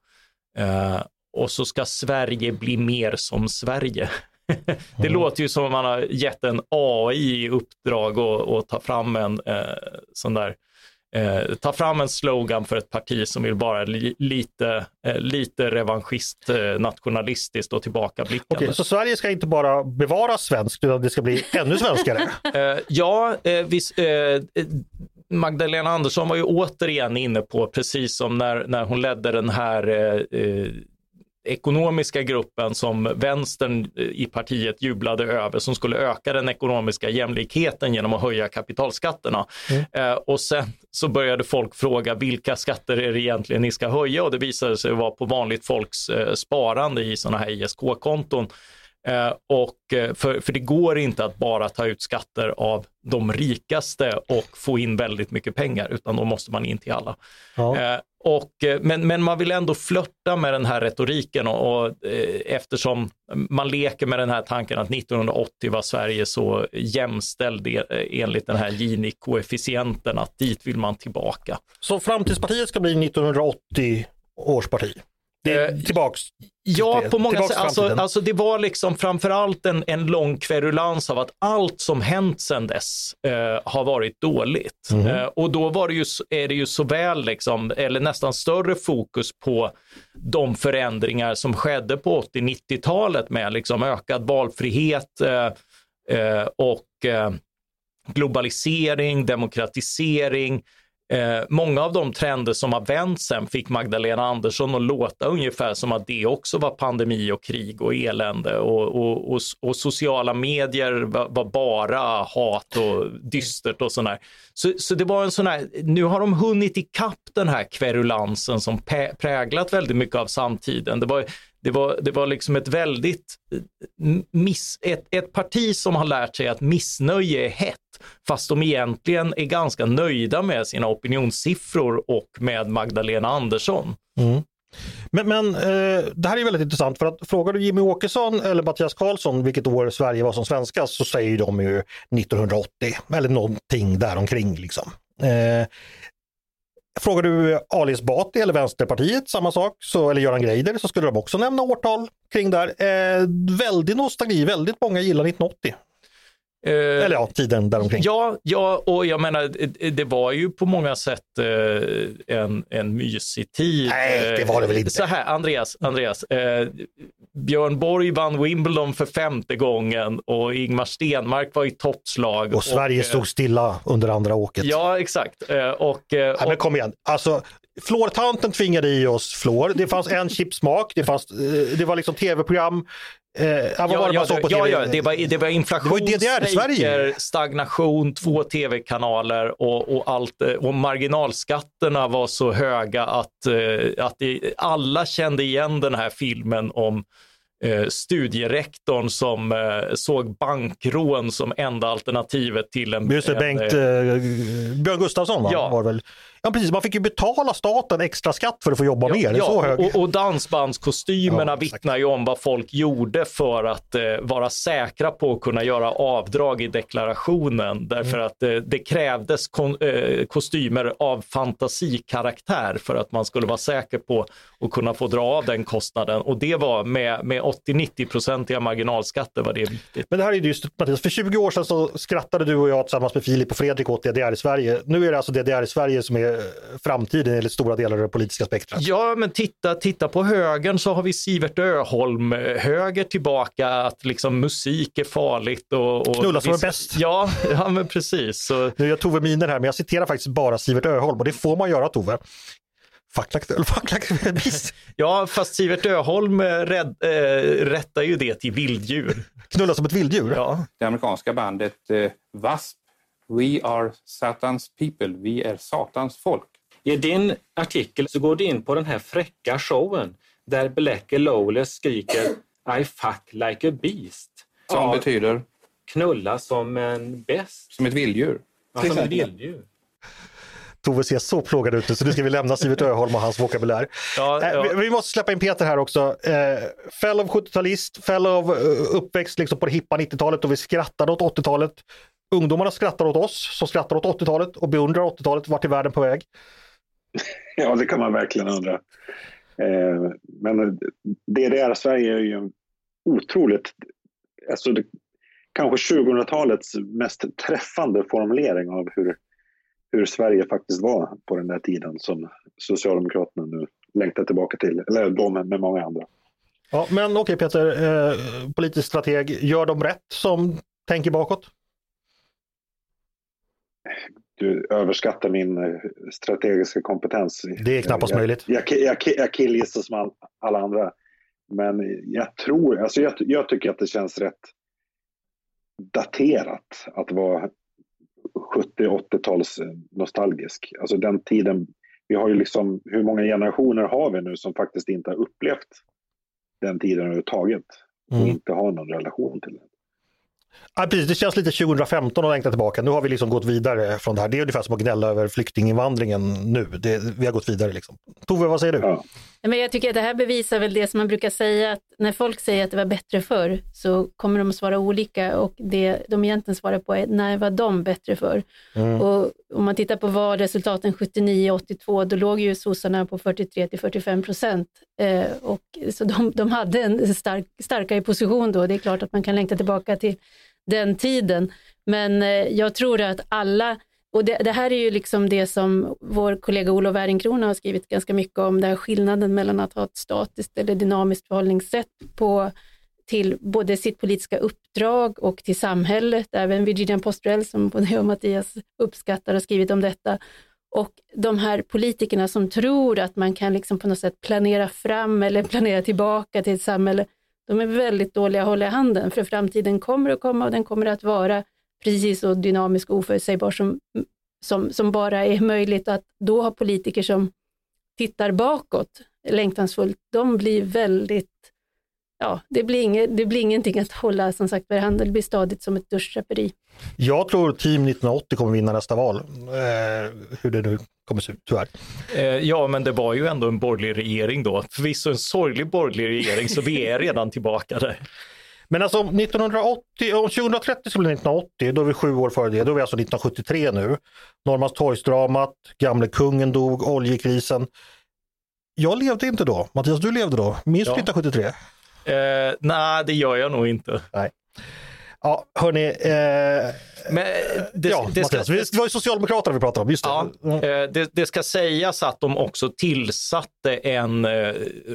eh, och så ska Sverige bli mer som Sverige. Det mm. låter ju som om man har gett en A I i uppdrag och, och ta fram en eh, sån där Eh, ta fram en slogan för ett parti som vill vara li- lite, eh, lite revanschist, eh, nationalistiskt och tillbakablickande. Okej, så Sverige ska inte bara bevara svenskt utan det ska bli ännu svenskare? eh, ja, eh, vis, eh, Magdalena Andersson var ju återigen inne på, precis som när, när hon ledde den här eh, eh, ekonomiska gruppen som vänstern i partiet jublade över, som skulle öka den ekonomiska jämlikheten genom att höja kapitalskatterna. Mm. Eh, och sen så började folk fråga vilka skatter är det egentligen ni ska höja, och det visade sig vara på vanligt folks eh, sparande i sådana här I S K-konton. Eh, och för, för det går inte att bara ta ut skatter av de rikaste och få in väldigt mycket pengar, utan då måste man in till alla. Ja. Eh, och, men, men man vill ändå flirta med den här retoriken och, och eh, eftersom man leker med den här tanken att nittonhundraåttio var Sverige så jämställd enligt den här Gini-koefficienten att dit vill man tillbaka. Så Framtidspartiet ska bli nittonhundraåttio års parti? Det är tillbaks. Ja, på många sätt. Alltså, alltså det var liksom framförallt en, en lång kverulans av att allt som hänt sedan dess eh, har varit dåligt. Mm. Eh, och då var det ju, är det ju så väl liksom, eller nästan större fokus på de förändringar som skedde på åttio-nittiotalet med liksom ökad valfrihet eh, eh, och eh, globalisering, demokratisering, Eh, många av de trender som har vänt sen fick Magdalena Andersson att låta ungefär som att det också var pandemi och krig och elände och, och, och, och sociala medier var, var bara hat och dystert och sådär. Så, så det var en sån här, nu har de hunnit ikapp den här kverulansen som pä, präglat väldigt mycket av samtiden. Det var Det var, det var liksom ett väldigt miss, ett, ett parti som har lärt sig att missnöje är hett, fast de egentligen är ganska nöjda med sina opinionssiffror och med Magdalena Andersson. Mm. Men, men eh, det här är väldigt intressant, för att frågar du Jimmy Åkesson eller Mattias Karlsson vilket år Sverige var som svenskast, så säger de ju nittonhundraåttio eller någonting däromkring liksom. Eh, Frågar du Ali Esbati eller Vänsterpartiet samma sak, så, eller Göran Greider, så skulle de också nämna årtal kring där. Eh, väldigt nostalgi, väldigt många gillar nittonhundraåttio. Eh, eller ja, tiden däromkring. Ja, ja, och jag menar, det, det var ju på många sätt eh, en, en mysig tid. Nej, det var det väl inte. Så här, Andreas, Andreas eh, Björn Borg vann Wimbledon för femte gången och Ingmar Stenmark var i toppslag. Och Sverige och, stod stilla under andra åket. Ja, exakt. Eh, och, och, Nej, men kom igen, alltså Flårtanten tvingade i oss flår. Det fanns en chipsmak, det, fanns, det var liksom tv-program. Eh, ja, ja, ja, det, ja, ja, det var, det var inflation, det var strejker, stagnation, två tv-kanaler och, och, allt, och marginalskatterna var så höga att, att det, alla kände igen den här filmen om eh, studierektorn som eh, såg bankrån som enda alternativet till en... Just det, en, Bengt eh, Björn Gustafsson va? Ja. Var väl... Ja, precis. Man fick ju betala staten extra skatt för att få jobba ja, mer. Ja, så hög. Och, och dansbandskostymerna ja, vittnar ju om vad folk gjorde för att eh, vara säkra på att kunna göra avdrag i deklarationen. Därför mm. att eh, det krävdes kon, eh, kostymer av fantasikaraktär för att man skulle vara säker på att kunna få dra av den kostnaden. Och det var med, med åttio till nittio procentiga marginalskatter var det viktigt. Men det här är ju just, Mattias, för tjugo år sedan så skrattade du och jag tillsammans med Filip och Fredrik åt D D R i Sverige. Nu är det alltså D D R i Sverige som är framtiden eller stora delar av det politiska spektrat. Ja, men titta, titta på högern så har vi Sivert Öholm höger tillbaka, att liksom musik är farligt. Och, och knulla som är bäst. Ja, ja, men precis. Så... Nu är jag Tove Miner här, men jag citerar faktiskt bara Sivert Öholm och det får man göra, Tove. Ja, fast Sivert Öholm rädd, äh, rättar ju det till vilddjur. Knulla som ett vilddjur? Ja. Det amerikanska bandet eh, W A S P, We are Satans people, vi är Satans folk. I din artikel så går du in på den här fräcka showen där Blackie Lawless skriker I fuck like a beast. Som ja, betyder? Knulla som en bäst. Som ett vilddjur. Ja, som ett vilddjur. Tove ser så plågad ut nu, så nu ska vi lämna Sivert Öholm och hans vokabulär. Ja, ja. Eh, vi, vi måste släppa in Peter här också. Eh, fellow sjuttiotalist, fellow uh, uppväxt liksom på det hippa nittiotalet och vi skrattade åt åttiotalet. Ungdomarna skrattar åt oss som skrattar åt åttiotalet och beundrar åttiotalet. Vart är världen på väg? Ja, det kan man verkligen undra. Eh, men D D R-Sverige är ju en otroligt, alltså det, kanske tjugohundratalets mest träffande formulering av hur, hur Sverige faktiskt var på den där tiden som Socialdemokraterna nu längtar tillbaka till, eller de med många andra. Ja, men okej Peter, eh, politisk strateg, gör de rätt som tänker bakåt? Du överskattar min strategiska kompetens. Det är knappast jag, möjligt. Jag, jag, jag, jag killgissar som all, alla andra. Men jag tror, alltså jag, jag tycker att det känns rätt daterat att vara sjuttio-åttio-tals nostalgisk. Alltså den tiden, vi har ju liksom, hur många generationer har vi nu som faktiskt inte har upplevt den tiden överhuvudtaget och mm. inte har någon relation till det. Ja, precis. Det känns lite tjugohundrafemton och längta tillbaka. Nu har vi liksom gått vidare från det här. Det är ungefär som att gnälla över flyktinginvandringen nu. Det, vi har gått vidare liksom. Tove, vad säger du? Ja. Men jag tycker att det här bevisar väl det som man brukar säga, att när folk säger att det var bättre förr så kommer de att svara olika, och det de egentligen svarar på är när var de bättre förr? Mm. Och om man tittar på vad resultaten sjuttionio åttiotvå, då låg ju sossarna på fyrtiotre till fyrtiofem procent. Eh, och så de, de hade en stark, starkare position då. Det är klart att man kan längta tillbaka till den tiden. Men eh, jag tror att alla, och det, det här är ju liksom det som vår kollega Olof Ehrenkrona har skrivit ganska mycket om, den här skillnaden mellan att ha ett statiskt eller dynamiskt förhållningssätt på, till både sitt politiska uppdrag och till samhället. Även Virginia Postrell, som både jag och Mattias uppskattar, har skrivit om detta. Och de här politikerna som tror att man kan liksom på något sätt planera fram eller planera tillbaka till ett samhälle, de är väldigt dåliga att hålla i handen, för framtiden kommer att komma och den kommer att vara precis så dynamisk och oförutsägbar som, som, som bara är möjligt. Att då ha politiker som tittar bakåt längtansfullt, de blir väldigt, ja, det blir, inget, det blir ingenting att hålla som sagt i handen, det blir stadigt som ett duschdraperi. Jag tror Team nittonhundraåttio kommer vinna nästa val, eh, hur det nu kommer se ut, tyvärr. Eh, ja, men det var ju ändå en borgerlig regering då. Förvisso en sorglig borgerlig regering, så vi är redan tillbaka där. Men alltså nittonhundraåttio, om tjugohundratrettio så blir det nittonhundraåttio, då är vi sju år före det, då är vi alltså nittonhundrasjuttiotre nu. Norrmalmstorgsdramat, gamle kungen dog, oljekrisen. Jag levde inte då. Mattias, du levde då. Minns du ja. nittonhundrasjuttiotre? Eh, nej, det gör jag nog inte. Nej. Ja, hörni. Eh, Men det, ja, det, ska, Mattias, det var ju Socialdemokraterna vi pratade om, just det. Ja, mm. det, det ska sägas att de också tillsatte en eh,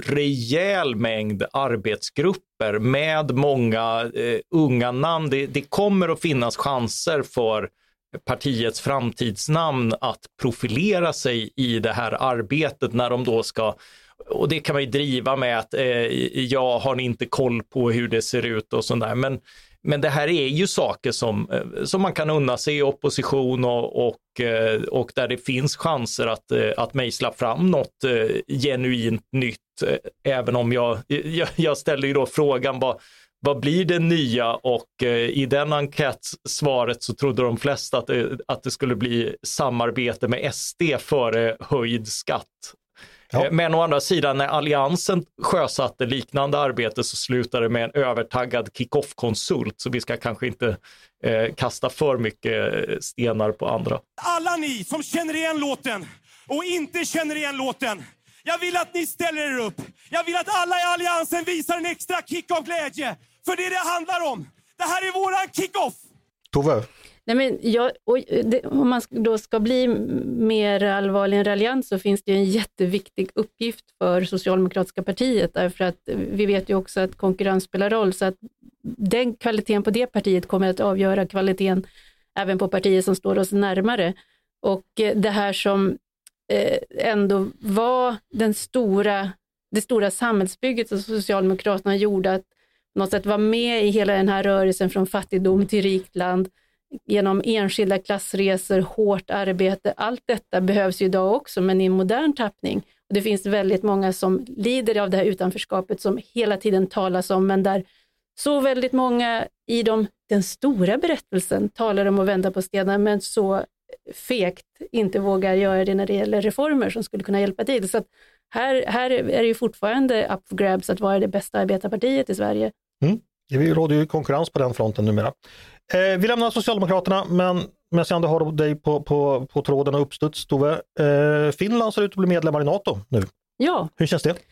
rejäl mängd arbetsgrupper med många eh, unga namn. Det, det kommer att finnas chanser för partiets framtidsnamn att profilera sig i det här arbetet när de då ska, och det kan man ju driva med att eh, jag har inte koll på hur det ser ut och sådär, men Men det här är ju saker som, som man kan unna sig i opposition och, och, och där det finns chanser att, att mejsla fram något genuint nytt. Även om jag, jag, jag ställer ju då frågan vad, vad blir det nya, och i den enkätsvaret så trodde de flesta att det, att det skulle bli samarbete med S D före höjd skatt. Ja. Men å andra sidan, när Alliansen sjösatte liknande arbete så slutade det med en övertaggad kick-off-konsult, så vi ska kanske inte eh, kasta för mycket stenar på andra. Alla ni som känner igen låten och inte känner igen låten, jag vill att ni ställer er upp. Jag vill att alla i Alliansen visar en extra kick av glädje, för det det handlar om. Det här är våran kick-off! Tove? Nej, men jag, och det, om man då ska bli mer allvarlig än raljant, så finns det ju en jätteviktig uppgift för Socialdemokratiska partiet, därför att vi vet ju också att konkurrens spelar roll, så att den kvaliteten på det partiet kommer att avgöra kvaliteten även på partier som står oss närmare. Och det här som eh, ändå var den stora, det stora samhällsbygget som Socialdemokraterna gjorde, att på något sätt vara med i hela den här rörelsen från fattigdom till rikt land, genom enskilda klassresor, hårt arbete. Allt detta behövs ju idag också, men i en modern tappning. Och det finns väldigt många som lider av det här utanförskapet som hela tiden talas om, men där så väldigt många i de, den stora berättelsen talar om att vända på stenar, men så fegt inte vågar göra det när det gäller reformer som skulle kunna hjälpa till. Så att här, här är det ju fortfarande up for grabs att vara det bästa arbetarpartiet i Sverige. Mm. Det råder ju konkurrens på den fronten numera. Eh, vi lämnar Socialdemokraterna, men men jag ändå har dig på, på, på tråden och uppstuds, Tove. Eh, Finland ser ut att bli medlemmar i NATO nu. Ja. Hur känns det?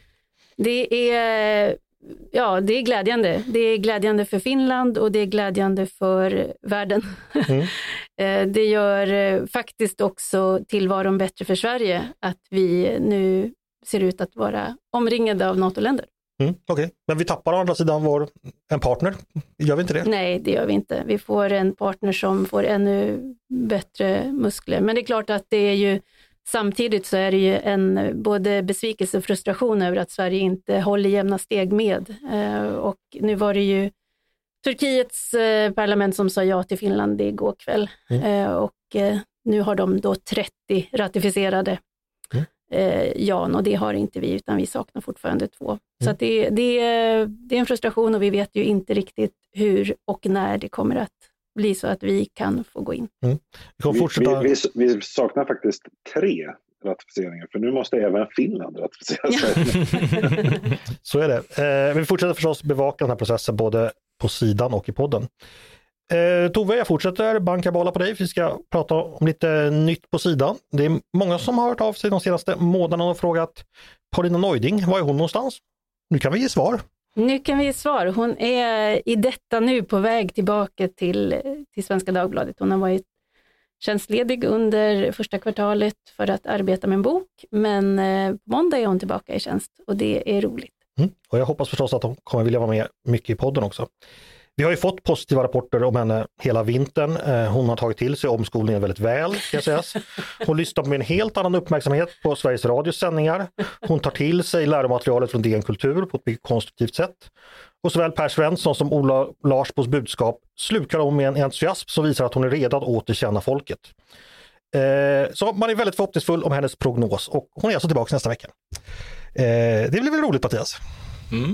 Det är, ja, det är glädjande. Det är glädjande för Finland och det är glädjande för världen. Mm. eh, det gör eh, faktiskt också tillvaron bättre för Sverige att vi nu ser ut att vara omringade av NATO-länder. Mm, Okej, okay. Men vi tappar å andra sidan vår, en partner, gör vi inte det? Nej, det gör vi inte. Vi får en partner som får ännu bättre muskler. Men det är klart att det är ju, samtidigt så är det ju en både besvikelse och frustration över att Sverige inte håller jämna steg med. Eh, och nu var det ju Turkiets eh, parlament som sa ja till Finland igår kväll. Mm. Eh, och eh, nu har de då trettio ratificerade. Mm. Eh, ja, och det har inte vi, utan vi saknar fortfarande två. Mm. Så att det, det, det är en frustration och vi vet ju inte riktigt hur och när det kommer att bli så att vi kan få gå in. Mm. Vi, fortsätta... vi, vi, vi saknar faktiskt tre ratificeringar, för nu måste även Finland ratificera sig. Ja. Så är det. Eh, vi fortsätter förstås bevaka den här processen både på sidan och i podden. Eh, Tove, jag fortsätter banka bollar på dig. Vi ska prata om lite nytt på sidan. Det är många som har hört av sig de senaste månaderna och frågat Paulina Neuding, var är hon någonstans? Nu kan vi ge svar. Nu kan vi ge svar. Hon är i detta nu på väg tillbaka till, till Svenska Dagbladet. Hon har varit tjänstledig under första kvartalet för att arbeta med en bok, men eh, på måndag är hon tillbaka i tjänst och det är roligt. Mm. Och jag hoppas förstås att hon kommer vilja vara med mycket i podden också. Vi har ju fått positiva rapporter om henne hela vintern. Hon har tagit till sig omskolningen väldigt väl, ska jag säga. Hon lyssnar med en helt annan uppmärksamhet på Sveriges Radios sändningar. Hon tar till sig läromaterialet från D N Kultur på ett mycket konstruktivt sätt. Och såväl Per Svensson som Ola Larsbos budskap slukar hon med en entusiasm som visar att hon är redo att återkänna folket. Eh, så man är väldigt förhoppningsfull om hennes prognos och hon är alltså tillbaka nästa vecka. Eh, det blir väl roligt, Mattias? Mm.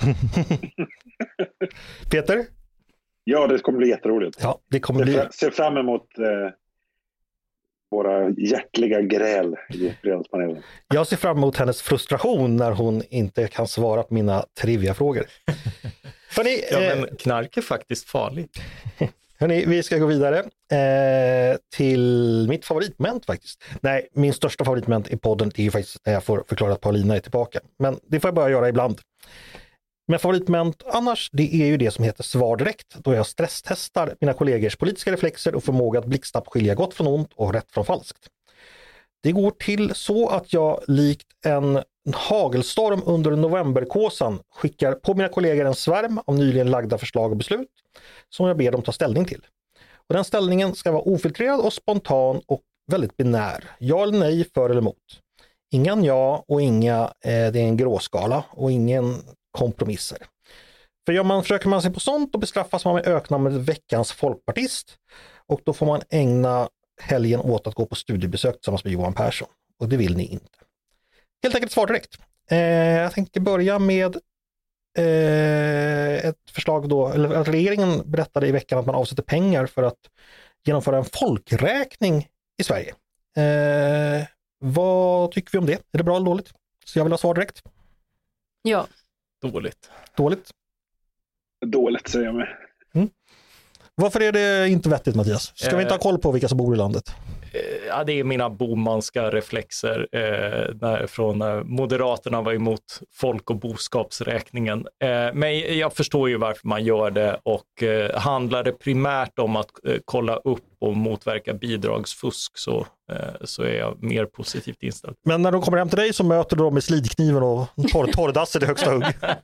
Peter? Ja, det kommer bli jätteroligt. Ja, det kommer bli... Jag ser fram emot eh, våra hjärtliga gräl i fredagspanelen. Jag ser fram emot hennes frustration när hon inte kan svara på mina trivia-frågor. Hörrni, ja, eh, men knark är faktiskt farligt. Hörrni, vi ska gå vidare eh, till mitt favoritmoment faktiskt. Nej, min största favoritmoment i podden är ju faktiskt när jag får förklara att Paulina är tillbaka. Men det får jag bara göra ibland. Men favoritmoment annars, det är ju det som heter svar direkt, då jag stresstestar mina kollegors politiska reflexer och förmåga att blixtsnabbt skilja gott från ont och rätt från falskt. Det går till så att jag likt en hagelstorm under novemberkåsan skickar på mina kollegor en svärm av nyligen lagda förslag och beslut som jag ber dem ta ställning till. Och den ställningen ska vara ofiltrerad och spontan och väldigt binär. Ja eller nej, för eller emot. Ingen ja och inga, eh, det är en gråskala och ingen kompromisser. För gör man, försöker man sig på sånt och bestraffas man med öknamnet veckans folkpartist och då får man ägna helgen åt att gå på studiebesök tillsammans med Johan Persson. Och det vill ni inte. Helt enkelt svar direkt. Eh, jag tänker börja med eh, ett förslag då, eller att regeringen berättade i veckan att man avsätter pengar för att genomföra en folkräkning i Sverige. Eh, vad tycker vi om det? Är det bra eller dåligt? Så jag vill ha svar direkt. Ja. Dåligt. Dåligt? Dåligt, säger jag med. Mm. Varför är det inte vettigt, Mattias? Ska eh, vi inte ha koll på vilka som bor i landet? Ja, det är mina bomanska reflexer eh, när, från när Moderaterna var emot folk- och boskapsräkningen. Eh, men jag förstår ju varför man gör det och eh, handlar det primärt om att eh, kolla upp och motverka bidragsfusk så, eh, så är jag mer positivt inställd. Men när de kommer hem till dig så möter du dem med slidkniven och torr, torrdasset i högsta hugg.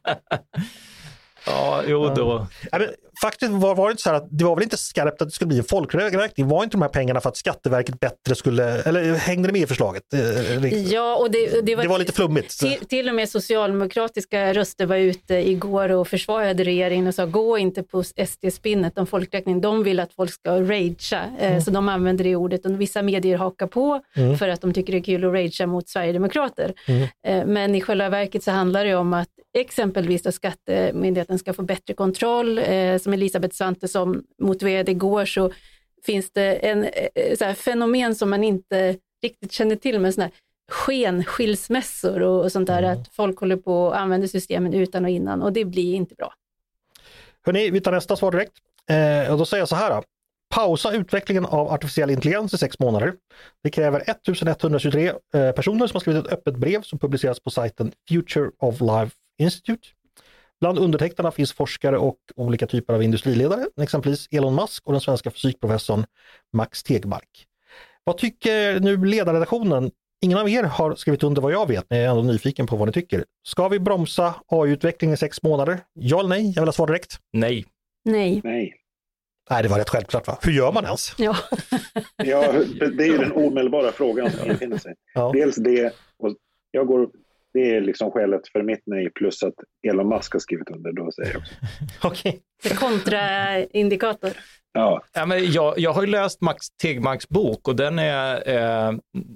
Ja, jo då. Ja, men faktiskt var, var det inte så här att det var väl inte skarpt att det skulle bli en folkräkning. Det var inte de här pengarna för att Skatteverket bättre skulle, eller hängde det med i förslaget? Ja, och det, det, var, det var lite flummigt. Till, till och med socialdemokratiska röster var ute igår och försvarade regeringen och sa gå inte på S D-spinnet om folkräkning. De vill att folk ska ragea, mm. så de använder det ordet och vissa medier hakar på mm. för att de tycker det är kul att ragea mot Sverigedemokrater. Mm. Men i själva verket så handlar det om att exempelvis att Skattemyndigheten ska få bättre kontroll. Eh, som Elisabeth Svantesson motiverade igår så finns det en eh, så här fenomen som man inte riktigt känner till med såna här skenskilsmässor och, och sånt där. Mm. Att folk håller på och använder systemen utan och innan och det blir inte bra. Hörrni, vi tar nästa svar direkt. Eh, och då säger jag så här. Pausa utvecklingen av artificiell intelligens i sex månader. Det kräver ettusenetthundratjugotre eh, personer som har skrivit ett öppet brev som publiceras på sajten Future of Life Institute. Bland undertecknarna finns forskare och olika typer av industriledare, exempelvis Elon Musk och den svenska fysikprofessorn Max Tegmark. Vad tycker nu ledarredaktionen? Ingen av er har skrivit under vad jag vet, men jag är ändå nyfiken på vad ni tycker. Ska vi bromsa A I-utvecklingen i sex månader? Ja eller nej? Jag vill ha svar direkt. Nej. Nej. Nej. Nej, det var rätt självklart, va? Hur gör man ens? Ja, ja det är ju den omedelbara frågan som infinner sig. Ja. Dels det, och jag går, det är liksom skälet för mitt nej plus att Elon Musk har skrivit under, då säger jag också. Okej. Okay. Kontraindikator. Ja. Ja, men jag, jag har ju läst Max Tegmarks bok och den är eh,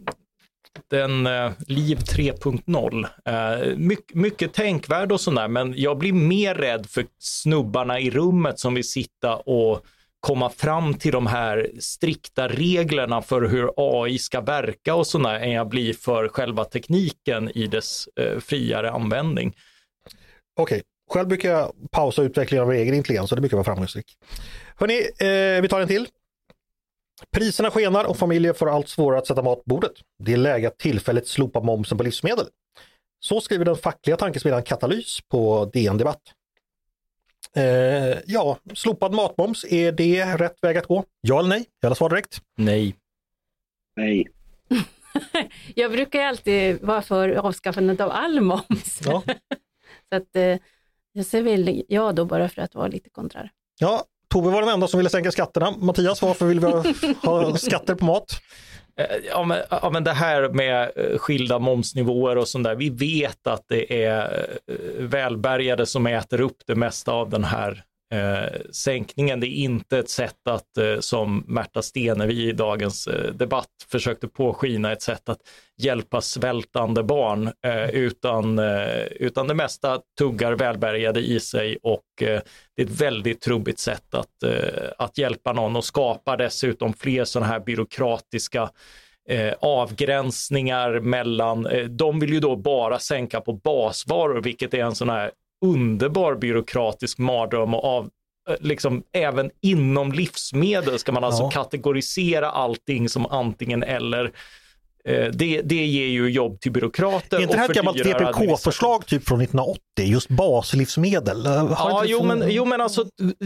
den eh, Liv tre punkt noll. Eh, mycket, mycket tänkvärd och sådär, men jag blir mer rädd för snubbarna i rummet som vill sitta och komma fram till de här strikta reglerna för hur A I ska verka och sådär än jag blir för själva tekniken i dess eh, friare användning. Okej, själv brukar jag pausa utvecklingen av egen intelligens och det brukar vara framgångsrik. Hörrni, eh, vi tar en till. Priserna skenar och familjer får allt svårare att sätta mat på bordet. Det är läge att tillfälligt slopa momsen på livsmedel. Så skriver den fackliga tankesmedjan Katalys på D N Debatt. Eh, ja, slopad matmoms, är det rätt väg att gå? Ja eller nej? Jag vill svara direkt. Nej. Nej. Jag brukar alltid vara för avskaffandet av all moms. Ja. Så att eh, jag säger väl ja då bara för att vara lite konträr. Ja, Tove var den enda som ville sänka skatterna. Mattias, varför vill vi ha, ha skatter på mat? Ja men, ja men det här med skilda momsnivåer och sånt där. Vi vet att det är välbärgade som äter upp det mesta av den här eh, sänkningen. Det är inte ett sätt att, eh, som Märta Stenevi i dagens eh, debatt försökte påskina, ett sätt att hjälpa svältande barn. Eh, utan, eh, utan det mesta tuggar välbärgade i sig och eh, det är ett väldigt trubbigt sätt att, eh, att hjälpa någon och skapar dessutom fler sådana här byråkratiska Eh, avgränsningar mellan, eh, de vill ju då bara sänka på basvaror, vilket är en sån här underbar byråkratisk mardröm och av, eh, liksom även inom livsmedel ska man alltså ja. kategorisera allting som antingen eller. Eh, det, det ger ju jobb till byråkrater. Är inte det här ett gammalt V P K-förslag typ från nittonhundraåttio, just baslivsmedel? Har ja, inte jo för... men, jo men alltså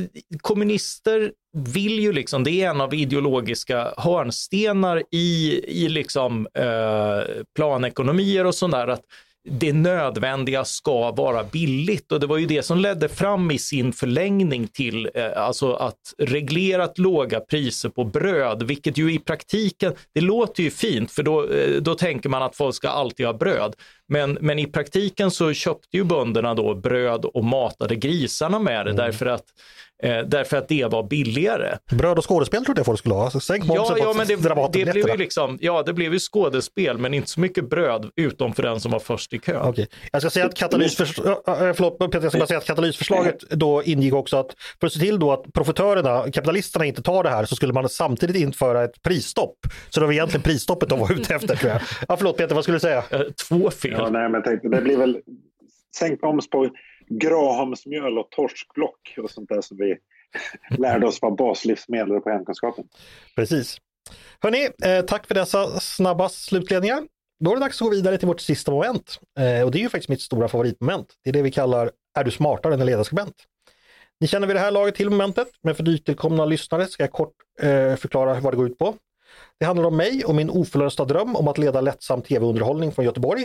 kommunister vill ju liksom, det är en av ideologiska hörnstenar i, i liksom eh, planekonomier och sånt där, att det nödvändiga ska vara billigt, och det var ju det som ledde fram i sin förlängning till eh, alltså att reglerat låga priser på bröd, vilket ju i praktiken, det låter ju fint för då, eh, då tänker man att folk ska alltid ha bröd, men, men i praktiken så köpte ju bönderna då bröd och matade grisarna med det, mm. därför att Eh, därför att det var billigare. Bröd och skådespel tror jag folk skulle ha. Alltså, sänk ja, ja, men det, det blev ju liksom, ja, det blev ju skådespel, men inte så mycket bröd utom för den som var först i kön. Okay. Jag ska säga att katalysförs- förlåt, Peter, jag ska bara säga att katalysförslaget då ingick också att för att se till då att profitörerna, kapitalisterna inte tar det här, så skulle man samtidigt införa ett prisstopp. Så det var egentligen prisstoppet de var ute efter, tror jag. Ja, förlåt Peter, vad skulle du säga? Två fel. Ja, nej, men jag tänkte, det blir väl sänkt moms på Grahamsmjöl och torskblock och sånt där som vi lärde oss vara baslivsmedel på hemkunskapen. Precis. Hörrni, eh, tack för dessa snabba slutledningar. Då är det dags att gå vidare till vårt sista moment. Eh, och det är ju faktiskt mitt stora favoritmoment. Det är det vi kallar Är du smartare än en ledarskribent? Ni känner vid det här laget till momentet, men för nytillkomna lyssnare ska jag kort eh, förklara vad det går ut på. Det handlar om mig och min oförlösta dröm om att leda lättsam tv-underhållning från Göteborg.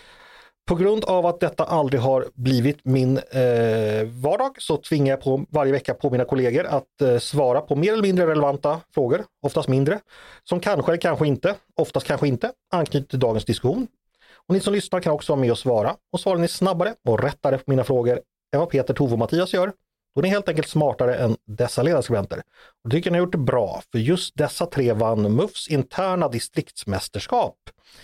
På grund av att detta aldrig har blivit min eh, vardag så tvingar jag på varje vecka på mina kollegor att eh, svara på mer eller mindre relevanta frågor, oftast mindre, som kanske eller kanske inte, oftast kanske inte, anknyter till dagens diskussion. Och ni som lyssnar kan också vara med och svara, och svarar ni snabbare och rättare på mina frågor än vad Peter, Tove och Mattias gör, då är ni helt enkelt smartare än dessa ledarskribenter. Och tycker ni har gjort det bra, för just dessa tre vann M U Fs interna distriktsmästerskap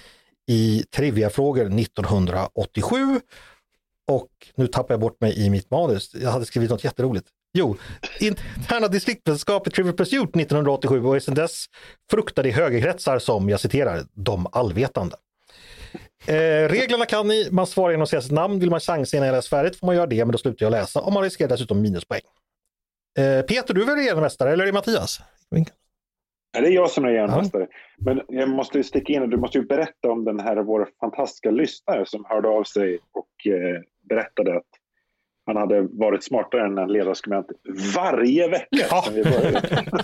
i triviafrågor nittonhundraåttiosju, och nu tappar jag bort mig i mitt manus. Jag hade skrivit något jätteroligt. Jo, interna distriktsmästerskap i Trivial Pursuit nittonhundraåttiosju, och sedan dess fruktade i högerkretsar som, jag citerar, de allvetande. Eh, reglerna kan ni, man svarar genom att säga sitt namn. Vill man chansa innan jag läser färdigt får man göra det, men då slutar jag läsa, och man riskerar dessutom minuspoäng. Eh, Peter, du är väl regermästare, eller är det Mattias? Ja, det är jag som är järnmästare. Ja. Men jag måste ju sticka in och du måste ju berätta om den här vår fantastiska lyssnare som hörde av sig och eh, berättade att han hade varit smartare än en ledarskribent varje vecka. Ja. Sedan vi började.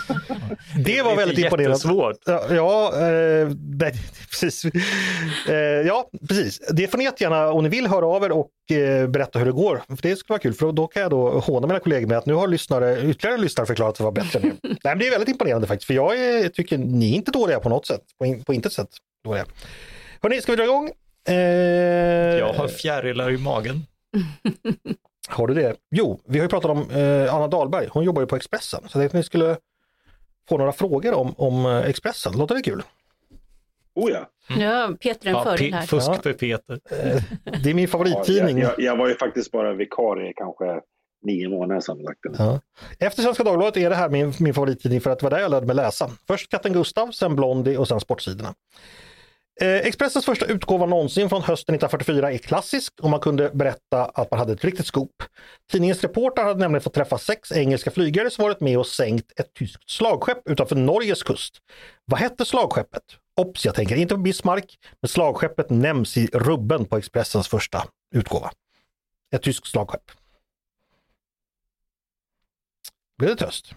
Det var väldigt imponerande. Svårt. Ja, ja, eh, nej, precis. Eh, ja, precis. Det får ni gärna, om ni vill, höra av er och eh, berätta hur det går. För det skulle vara kul, för då kan jag då håna mina kollegor med att nu har lyssnare, ytterligare lyssnare förklarat att det var bättre än nej, men det är väldigt imponerande faktiskt, för jag är, tycker ni är inte dåliga på något sätt. På, in, på intet sätt dåliga. Hörrni, ska vi dra igång? Eh, jag har fjärilar i magen. Har du det? Jo, vi har ju pratat om eh, Anna Dahlberg. Hon jobbar ju på Expressen. Så jag tänkte att ni skulle få några frågor om, om eh, Expressen. Låter det kul? Oh ja. Mm. Ja, Peter en ja, fördel här. Fusk ja. för Peter. Eh, det är min favorittidning. Ja, jag, jag var ju faktiskt bara vikarie kanske nio månader sammanlagt. Ja. Efter Svenska Dagbladet är det här min, min favorittidning, för att det var där jag lärde mig läsa. Först Katten Gustav, sen Blondie och sen Sportsidorna. Eh, Expressens första utgåva någonsin från hösten nittonhundrafyrtiofyra är klassisk, och man kunde berätta att man hade ett riktigt scoop. Tidningens reporter hade nämligen fått träffa sex engelska flygare som varit med och sänkt ett tyskt slagskepp utanför Norges kust. Vad hette slagskeppet? Ops, jag tänker inte på Bismarck, men slagskeppet nämns i rubben på Expressens första utgåva. Ett tyskt slagskepp. Blir det tröst?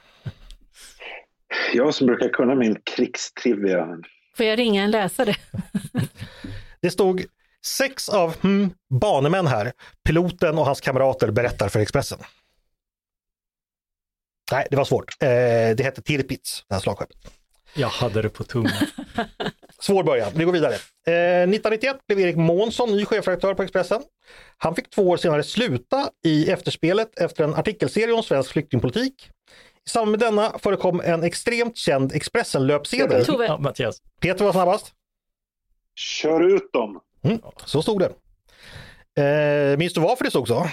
Jag som brukar kunna min krigstrivia. Får jag ringa en läsare? Det stod sex av hmm, banemän här. Piloten och hans kamrater berättar för Expressen. Nej, det var svårt. Eh, det hette Tirpitz, det här slagskeppet. Jag hade det på tungan. Svår början, vi går vidare. Eh, nittonhundranittioett blev Erik Månsson ny chefredaktör på Expressen. Han fick två år senare sluta i efterspelet efter en artikelserie om svensk flyktingpolitik. I samband med denna förekom en extremt känd Expressen-löpsedel. Tove. Ja, Mattias. Peter var snabbast. Kör ut dem. Mm, så stod det. Eh, minns du varför det stod så?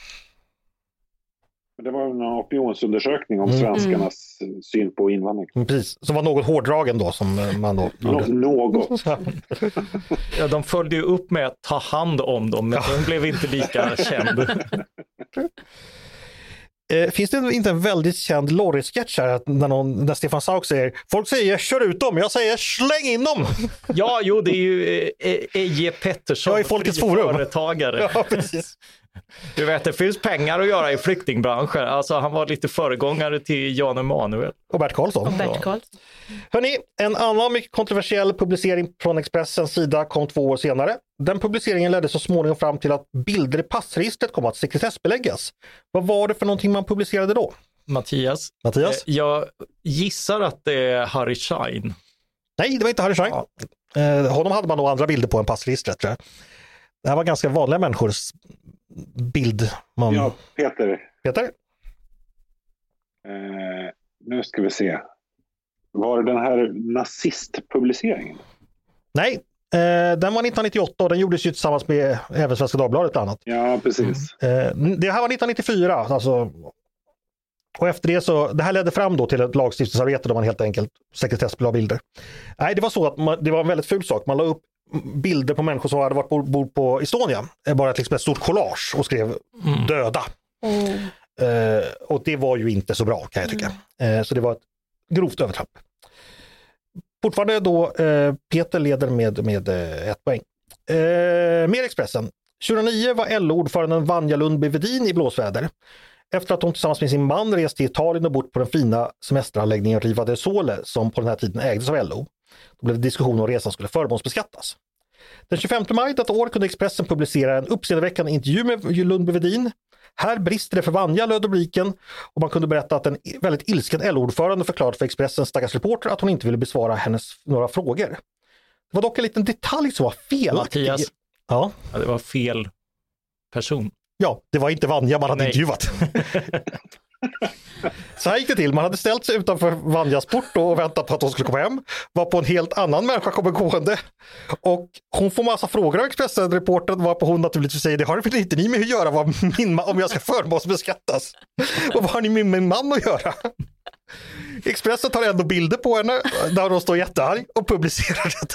Det var en opinionsundersökning om Mm. svenskarnas syn på invandring. Mm, precis, som var något hårdragen då som man då Nå- gjorde. Något. Ja, de följde ju upp med att ta hand om dem, men den blev inte lika känd. Eh, finns det inte en väldigt känd Lorry-sketch här att när, någon, när Stefan Sauk säger folk säger kör ut dem, jag säger släng in dem. Ja, jo, det är ju eh, Eje Pettersson, Ja, i Folkets Forum. företagare. Ja, precis. Du vet, det finns pengar att göra i flyktingbranschen. Alltså, han var lite föregångare till Jan Emanuel. Och Bert Karlsson. Och Bert Karlsson. Hörrni, en annan mycket kontroversiell publicering från Expressens sida kom två år senare. Den publiceringen ledde så småningom fram till att bilder i passregistret kom att sekretessbeläggas. Vad var det för någonting man publicerade då? Mattias, Mattias? eh, jag gissar att det är Harry Schein. Nej, det var inte Harry Schein. Ja. Eh, honom hade man nog andra bilder på än passregistret, tror jag. Det här var ganska vanliga människors bild. Man... Ja, Peter. Peter? Eh, nu ska vi se. Var det den här nazistpubliceringen? Nej, eh, den var nittonhundranittioåtta och den gjordes ju tillsammans med även Svenska Dagbladet bland annat. Ja, precis. Eh, det här var nittonhundranittiofyra, alltså. Och efter det så, det här ledde fram då till ett lagstiftningsarbete där man helt enkelt sekretessbelade bilder. Nej, det var så att man, det var en väldigt ful sak. Man la upp bilder på människor som hade varit bord på Estonia. Bara ett, liksom ett stort collage och skrev Mm. döda. Mm. Eh, och det var ju inte så bra, kan jag tycka. Eh, så det var ett grovt övertramp. Fortfarande då eh, Peter leder med, med eh, ett poäng. Eh, mer Expressen. tjugohundranio var L O-ordföranden Vanja Lundby-Wedin i blåsväder. Efter att hon tillsammans med sin man reste till Italien och bott på den fina semesteranläggningen Riva del Sole som på den här tiden ägdes av L O. Då blev det diskussion om resan skulle förmånsbeskattas. Den tjugofemte maj detta år kunde Expressen publicera en uppseendeväckande intervju med Lundby-Wedin. Här brister det för Vanja, löd rubriken, och man kunde berätta att en väldigt ilsken L O-ordförande förklarat för Expressens stackars reporter att hon inte ville besvara hennes några frågor. Det var dock en liten detalj som var felaktig. Mattias, Ja. ja, det var fel person. Ja, det var inte Vanja man hade Nej. intervjuat. Så här gick det till. Man hade ställt sig utanför Vanjas port då och väntat på att hon skulle komma hem. Var på en helt annan människa kommer gående. Och hon får massa frågor av Expressen-reportern varpå hon naturligtvis säger det har väl inte ni med att göra vad min man, om jag ska förmånsbeskattas. Och vad har ni med min man att göra? Expressen tar ändå bilder på henne där hon står jättearg och publicerar detta.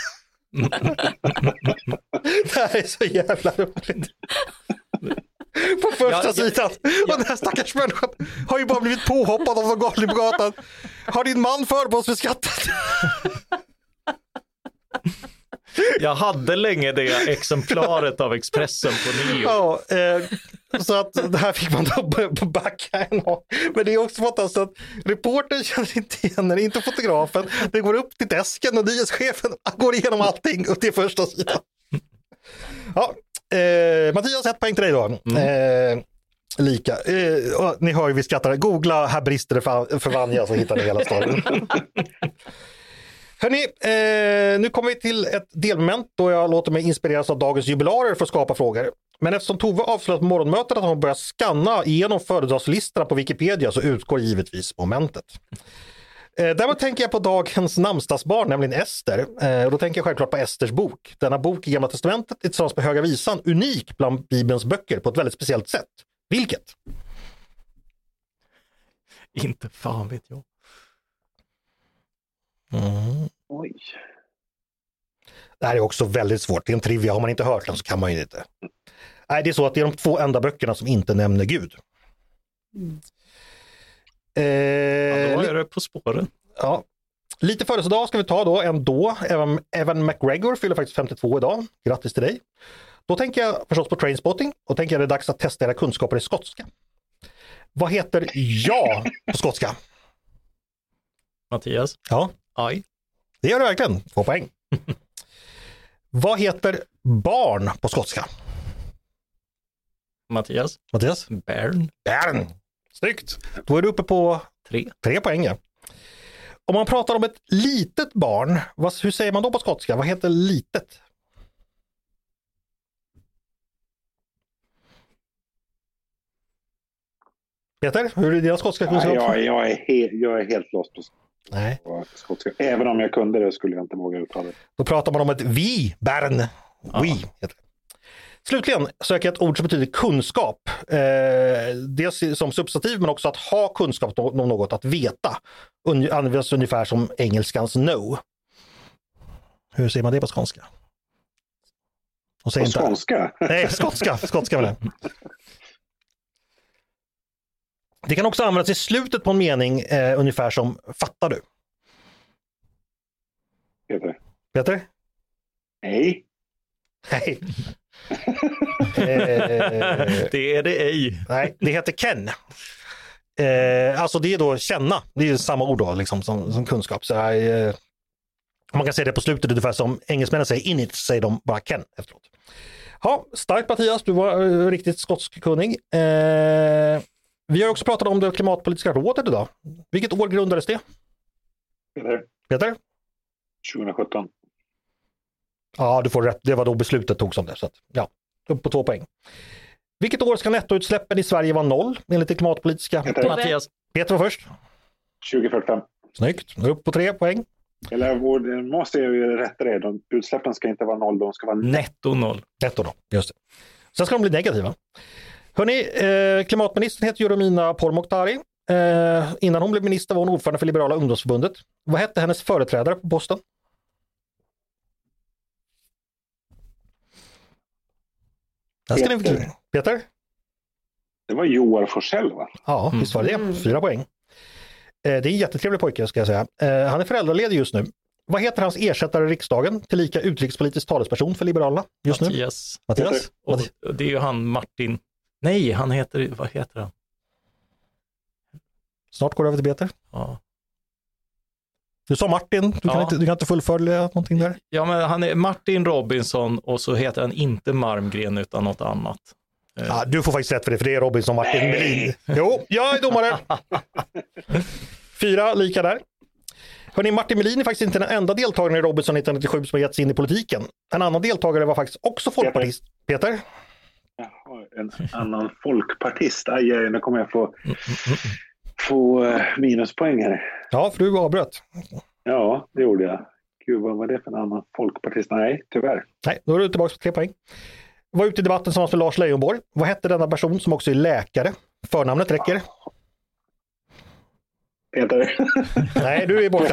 Det här är så jävla roligt. På första Ja, ja, sidan. ja. Och den här stackars människan har ju bara blivit påhoppad av någon galning på gatan. Har din man förmånsbeskattat? Jag hade länge det exemplaret av Expressen på Neo. Ja, eh, så att det här fick man då backa en av. Men det är också fantastiskt att reportern känner inte igen den, inte fotografen. Det går upp till desken och nyhetschefen går igenom allting upp till första sidan. Ja, eh, Mattias, ett poäng till dig då. Mm. Eh, lika. Eh, ni hör ju, vi skrattar. Googla här brister det för, för Vanja så hittar ni hela storyn. Hörrni, eh, nu kommer vi till ett delmoment då jag låter mig inspireras av dagens jubilarer för att skapa frågor. Men eftersom Tove avslöjat morgonmötet att hon börjar skanna igenom föredragslistorna på Wikipedia så utgår givetvis momentet. Eh, därmed tänker jag på dagens namnsdagsbarn, nämligen Ester. Eh, och då tänker jag självklart på Esters bok. Denna bok i Gamla testamentet är tillsammans med Höga visan unik bland Bibelns böcker på ett väldigt speciellt sätt. Vilket? Inte fan vet jag. Mm. Oj. Det här är också väldigt svårt. Det är en trivia. Har man inte hört den så kan man ju inte. Nej, det är så att det är de två enda böckerna som inte nämner Gud. Mm. Eh, Ja, då är det På spåren. ja. Lite födelsedag ska vi ta då ändå. Evan, Evan McGregor fyller faktiskt femtiotvå idag. Grattis till dig. Då tänker jag förstås på Trainspotting och tänker jag det är dags att testa era kunskaper i skotska. Vad heter ja på skotska? Mattias? Ja, Aj. det gör det verkligen. Två poäng. Vad heter barn på skotska? Mattias? Mattias? Bern? Bärn. Snyggt. Då är du uppe på Tre. tre poäng. Ja. Om man pratar om ett litet barn, vad, hur säger man då på skotska? Vad heter litet? Peter, hur är dina skotska kunskap? Nej, jag, jag, är he, jag är helt lost på Nej. skotska. Även om jag kunde det skulle jag inte våga uttala det. Då pratar man om ett vi, bärn. Vi heter det. Slutligen söker jag ett ord som betyder kunskap. Eh, dels som substantiv men också att ha kunskap om något, att veta. Un- används ungefär som engelskans know. Hur säger man det på skånska? Och På inte... skånska? Nej, skotska. Skotska väl. Det kan också användas i slutet på en mening eh, ungefär som fattar du? Peter? Peter? Nej. Nej. eh, Det är det ej. nej, det heter ken. Eh, alltså det är då känna. Det är ju samma ord då liksom som, som kunskap. Så, eh, man kan säga det på slutet ungefär som engelsmännen säger in it, säger de bara ken efteråt. Ja, starkt Mattias, du var uh, riktigt skotskkunnig. Eh, vi har också pratat om det klimatpolitiska rådet idag. Vilket år grundades det? Peter? Peter? tjugohundrasjutton. Ja, du får rätt. Det var då beslutet togs om det. Så att, ja, upp på två poäng. Vilket år ska nettoutsläppen i Sverige vara noll enligt det klimatpolitiska? Peter? Mattias. Peter var först. tjugohundrafyrtiofem. Snyggt. Upp på tre poäng. Eller vår- måste jag ju rätta det. De, utsläppen ska inte vara noll, de ska vara Netto noll. Netto då, just det. Sen ska de bli negativa. Hörrni, eh, klimatministern heter ju Romina Pourmokhtari. Eh, innan hon blev minister var hon ordförande för Liberala ungdomsförbundet. Vad hette hennes företrädare på posten? Där ska ni... Peter. Peter? Det var Joar Forsell, va? Ja, visst var det det. Fyra poäng. Eh, det är en jättetrevlig pojke ska jag säga. Eh, han är föräldraledig just nu. Vad heter hans ersättare i riksdagen, tillika utrikespolitisk talesperson för Liberalerna just nu? Mattias. Mattias? Och det är ju han Martin. Nej, han heter, vad heter han? Snart går det över till Peter. Ja, Du sa Martin, du kan, Ja. inte, du kan inte fullfölja någonting där? ja men han är Martin Robinson och så heter han inte Marmgren utan något annat. Ja, du får faktiskt rätt för det, för det är Robinson Martin Melin. Jo, jag är domare. Fyra lika där. Hörrni, Martin Melin är faktiskt inte den enda deltagaren i Robinson nittonhundranittiosju som har gett sig in i politiken. En annan deltagare var faktiskt också folkpartist. Peter? Jaha, en annan folkpartist. Aj, aj, nu kommer jag få, få eh, minuspoäng här. Ja, för du avbröt. Ja, det gjorde jag. Gud, vad var det för en annan folkpartist? Nej, tyvärr. Nej, då är du tillbaka på tre poäng. Var ute i debatten tillsammans med Lars Leijonborg. Vad hette denna person som också är läkare? Förnamnet räcker. Peter? Nej, du är borta.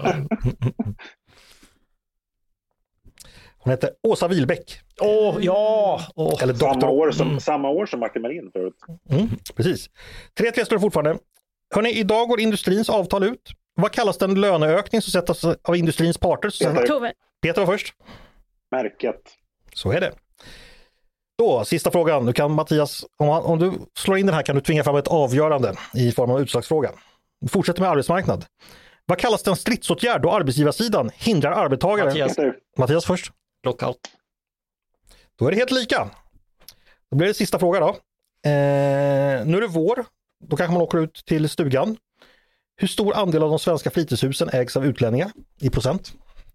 Hon heter Åsa Wilbäck. Åh, oh, ja! Oh. Eller samma, doktor. år som, samma år som Martin Melin förut. Mm, precis. tre tre står det fortfarande. Hörrni, idag går industrins avtal ut. Vad kallas den löneökning som sätts av industrins parter? Så Peter. Tove. Peter var först. Märket. Så är det. Då, sista frågan. Du kan Mattias, om, han, om du slår in den här kan du tvinga fram ett avgörande i form av utslagsfråga. Vi fortsätter med arbetsmarknad. Vad kallas den stridsåtgärd då arbetsgivarsidan hindrar arbetstagare? Mattias. Peter. Mattias först. Lockout. Då är det helt lika. Då blir det sista fråga då. Eh, nu är det vår. Då kanske man åker ut till stugan. Hur stor andel av de svenska fritidshusen ägs av utlänningar i procent?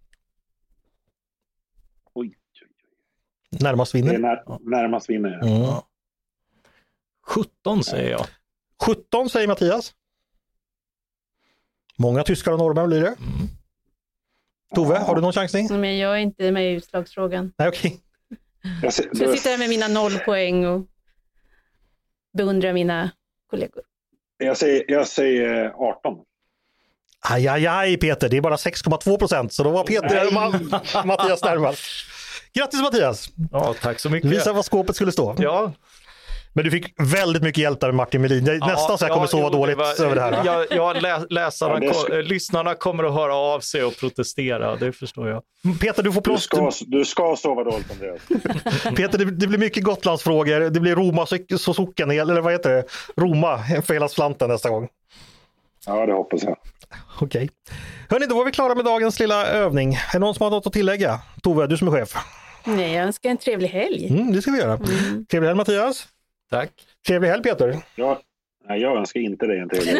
Oj. Närmast Det är vinner. när, närmast vinner jag. Mm. sjutton säger jag. sjutton säger Mattias. Många tyskar och norrmän blir det. Tove, har du någon chansning? Men jag är inte med i utslagsfrågan. Nej, okej. Jag, ser, Så jag sitter här med mina noll poäng och beundrar mina kollegor. jag, säger, jag säger arton. Aj, aj, aj Peter, det är bara sex komma två procent så då var Peter Ma- Mattias närmast. Grattis Mattias! Ja, tack så Du mycket. visade vad skåpet skulle stå. Ja, Men du fick väldigt mycket hjälp där med Martin Melin. Jag är nästan så jag kommer ja, sova jo, dåligt det var- över det här. Ja, ja, lä, läsarna, Ja, det ska- ko- lyssnarna kommer att höra av sig och protestera, det förstår jag. Peter, du får Du plås. ska, du ska sova dåligt, Andreas. Peter, det, det blir mycket Gotlandsfrågor. Det blir Roma så, så socken, eller vad heter det? Roma för hela slanten nästa gång. Ja, det hoppas jag. Okej. Hörni, då var vi klara med dagens lilla övning. Är det någon som har något att tillägga? Tove, du som är chef. Nej, jag önskar en trevlig helg. Mm, det ska vi göra. Trevlig helg Mattias. Tack. Trevlig helg Peter. Ja, Nej, jag önskar inte det en trevlig.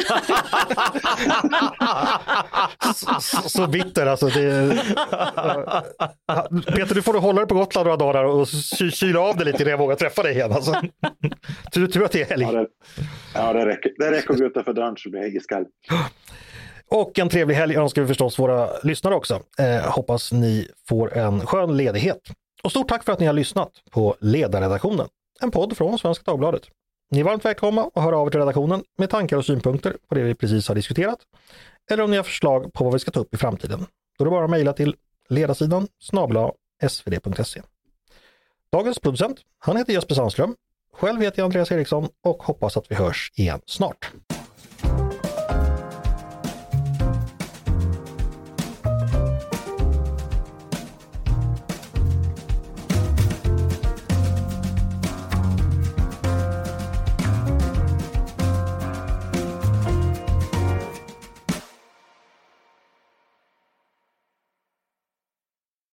så, så bitter alltså. Det, Peter, du får hålla dig på Gotland några dagar och kyla av dig lite innan jag vågar träffa dig igen. Alltså. Du tror att det är helg? Ja, det, ja, det räcker. Det räcker att gå utanför dörren så blir jag iskall. Och en trevlig helg önskar vi förstås våra lyssnare också. Eh, hoppas ni får en skön ledighet. Och stort tack för att ni har lyssnat på Ledarredaktionen, en podd från Svenska Dagbladet. Ni är varmt välkomna att höra av er till redaktionen med tankar och synpunkter på det vi precis har diskuterat. Eller om ni har förslag på vad vi ska ta upp i framtiden. Då är det bara att mejla till ledarsidan snabel-a s v d punkt se. Dagens producent, han heter Jesper Sandström. Själv heter jag Andreas Eriksson och hoppas att vi hörs igen snart.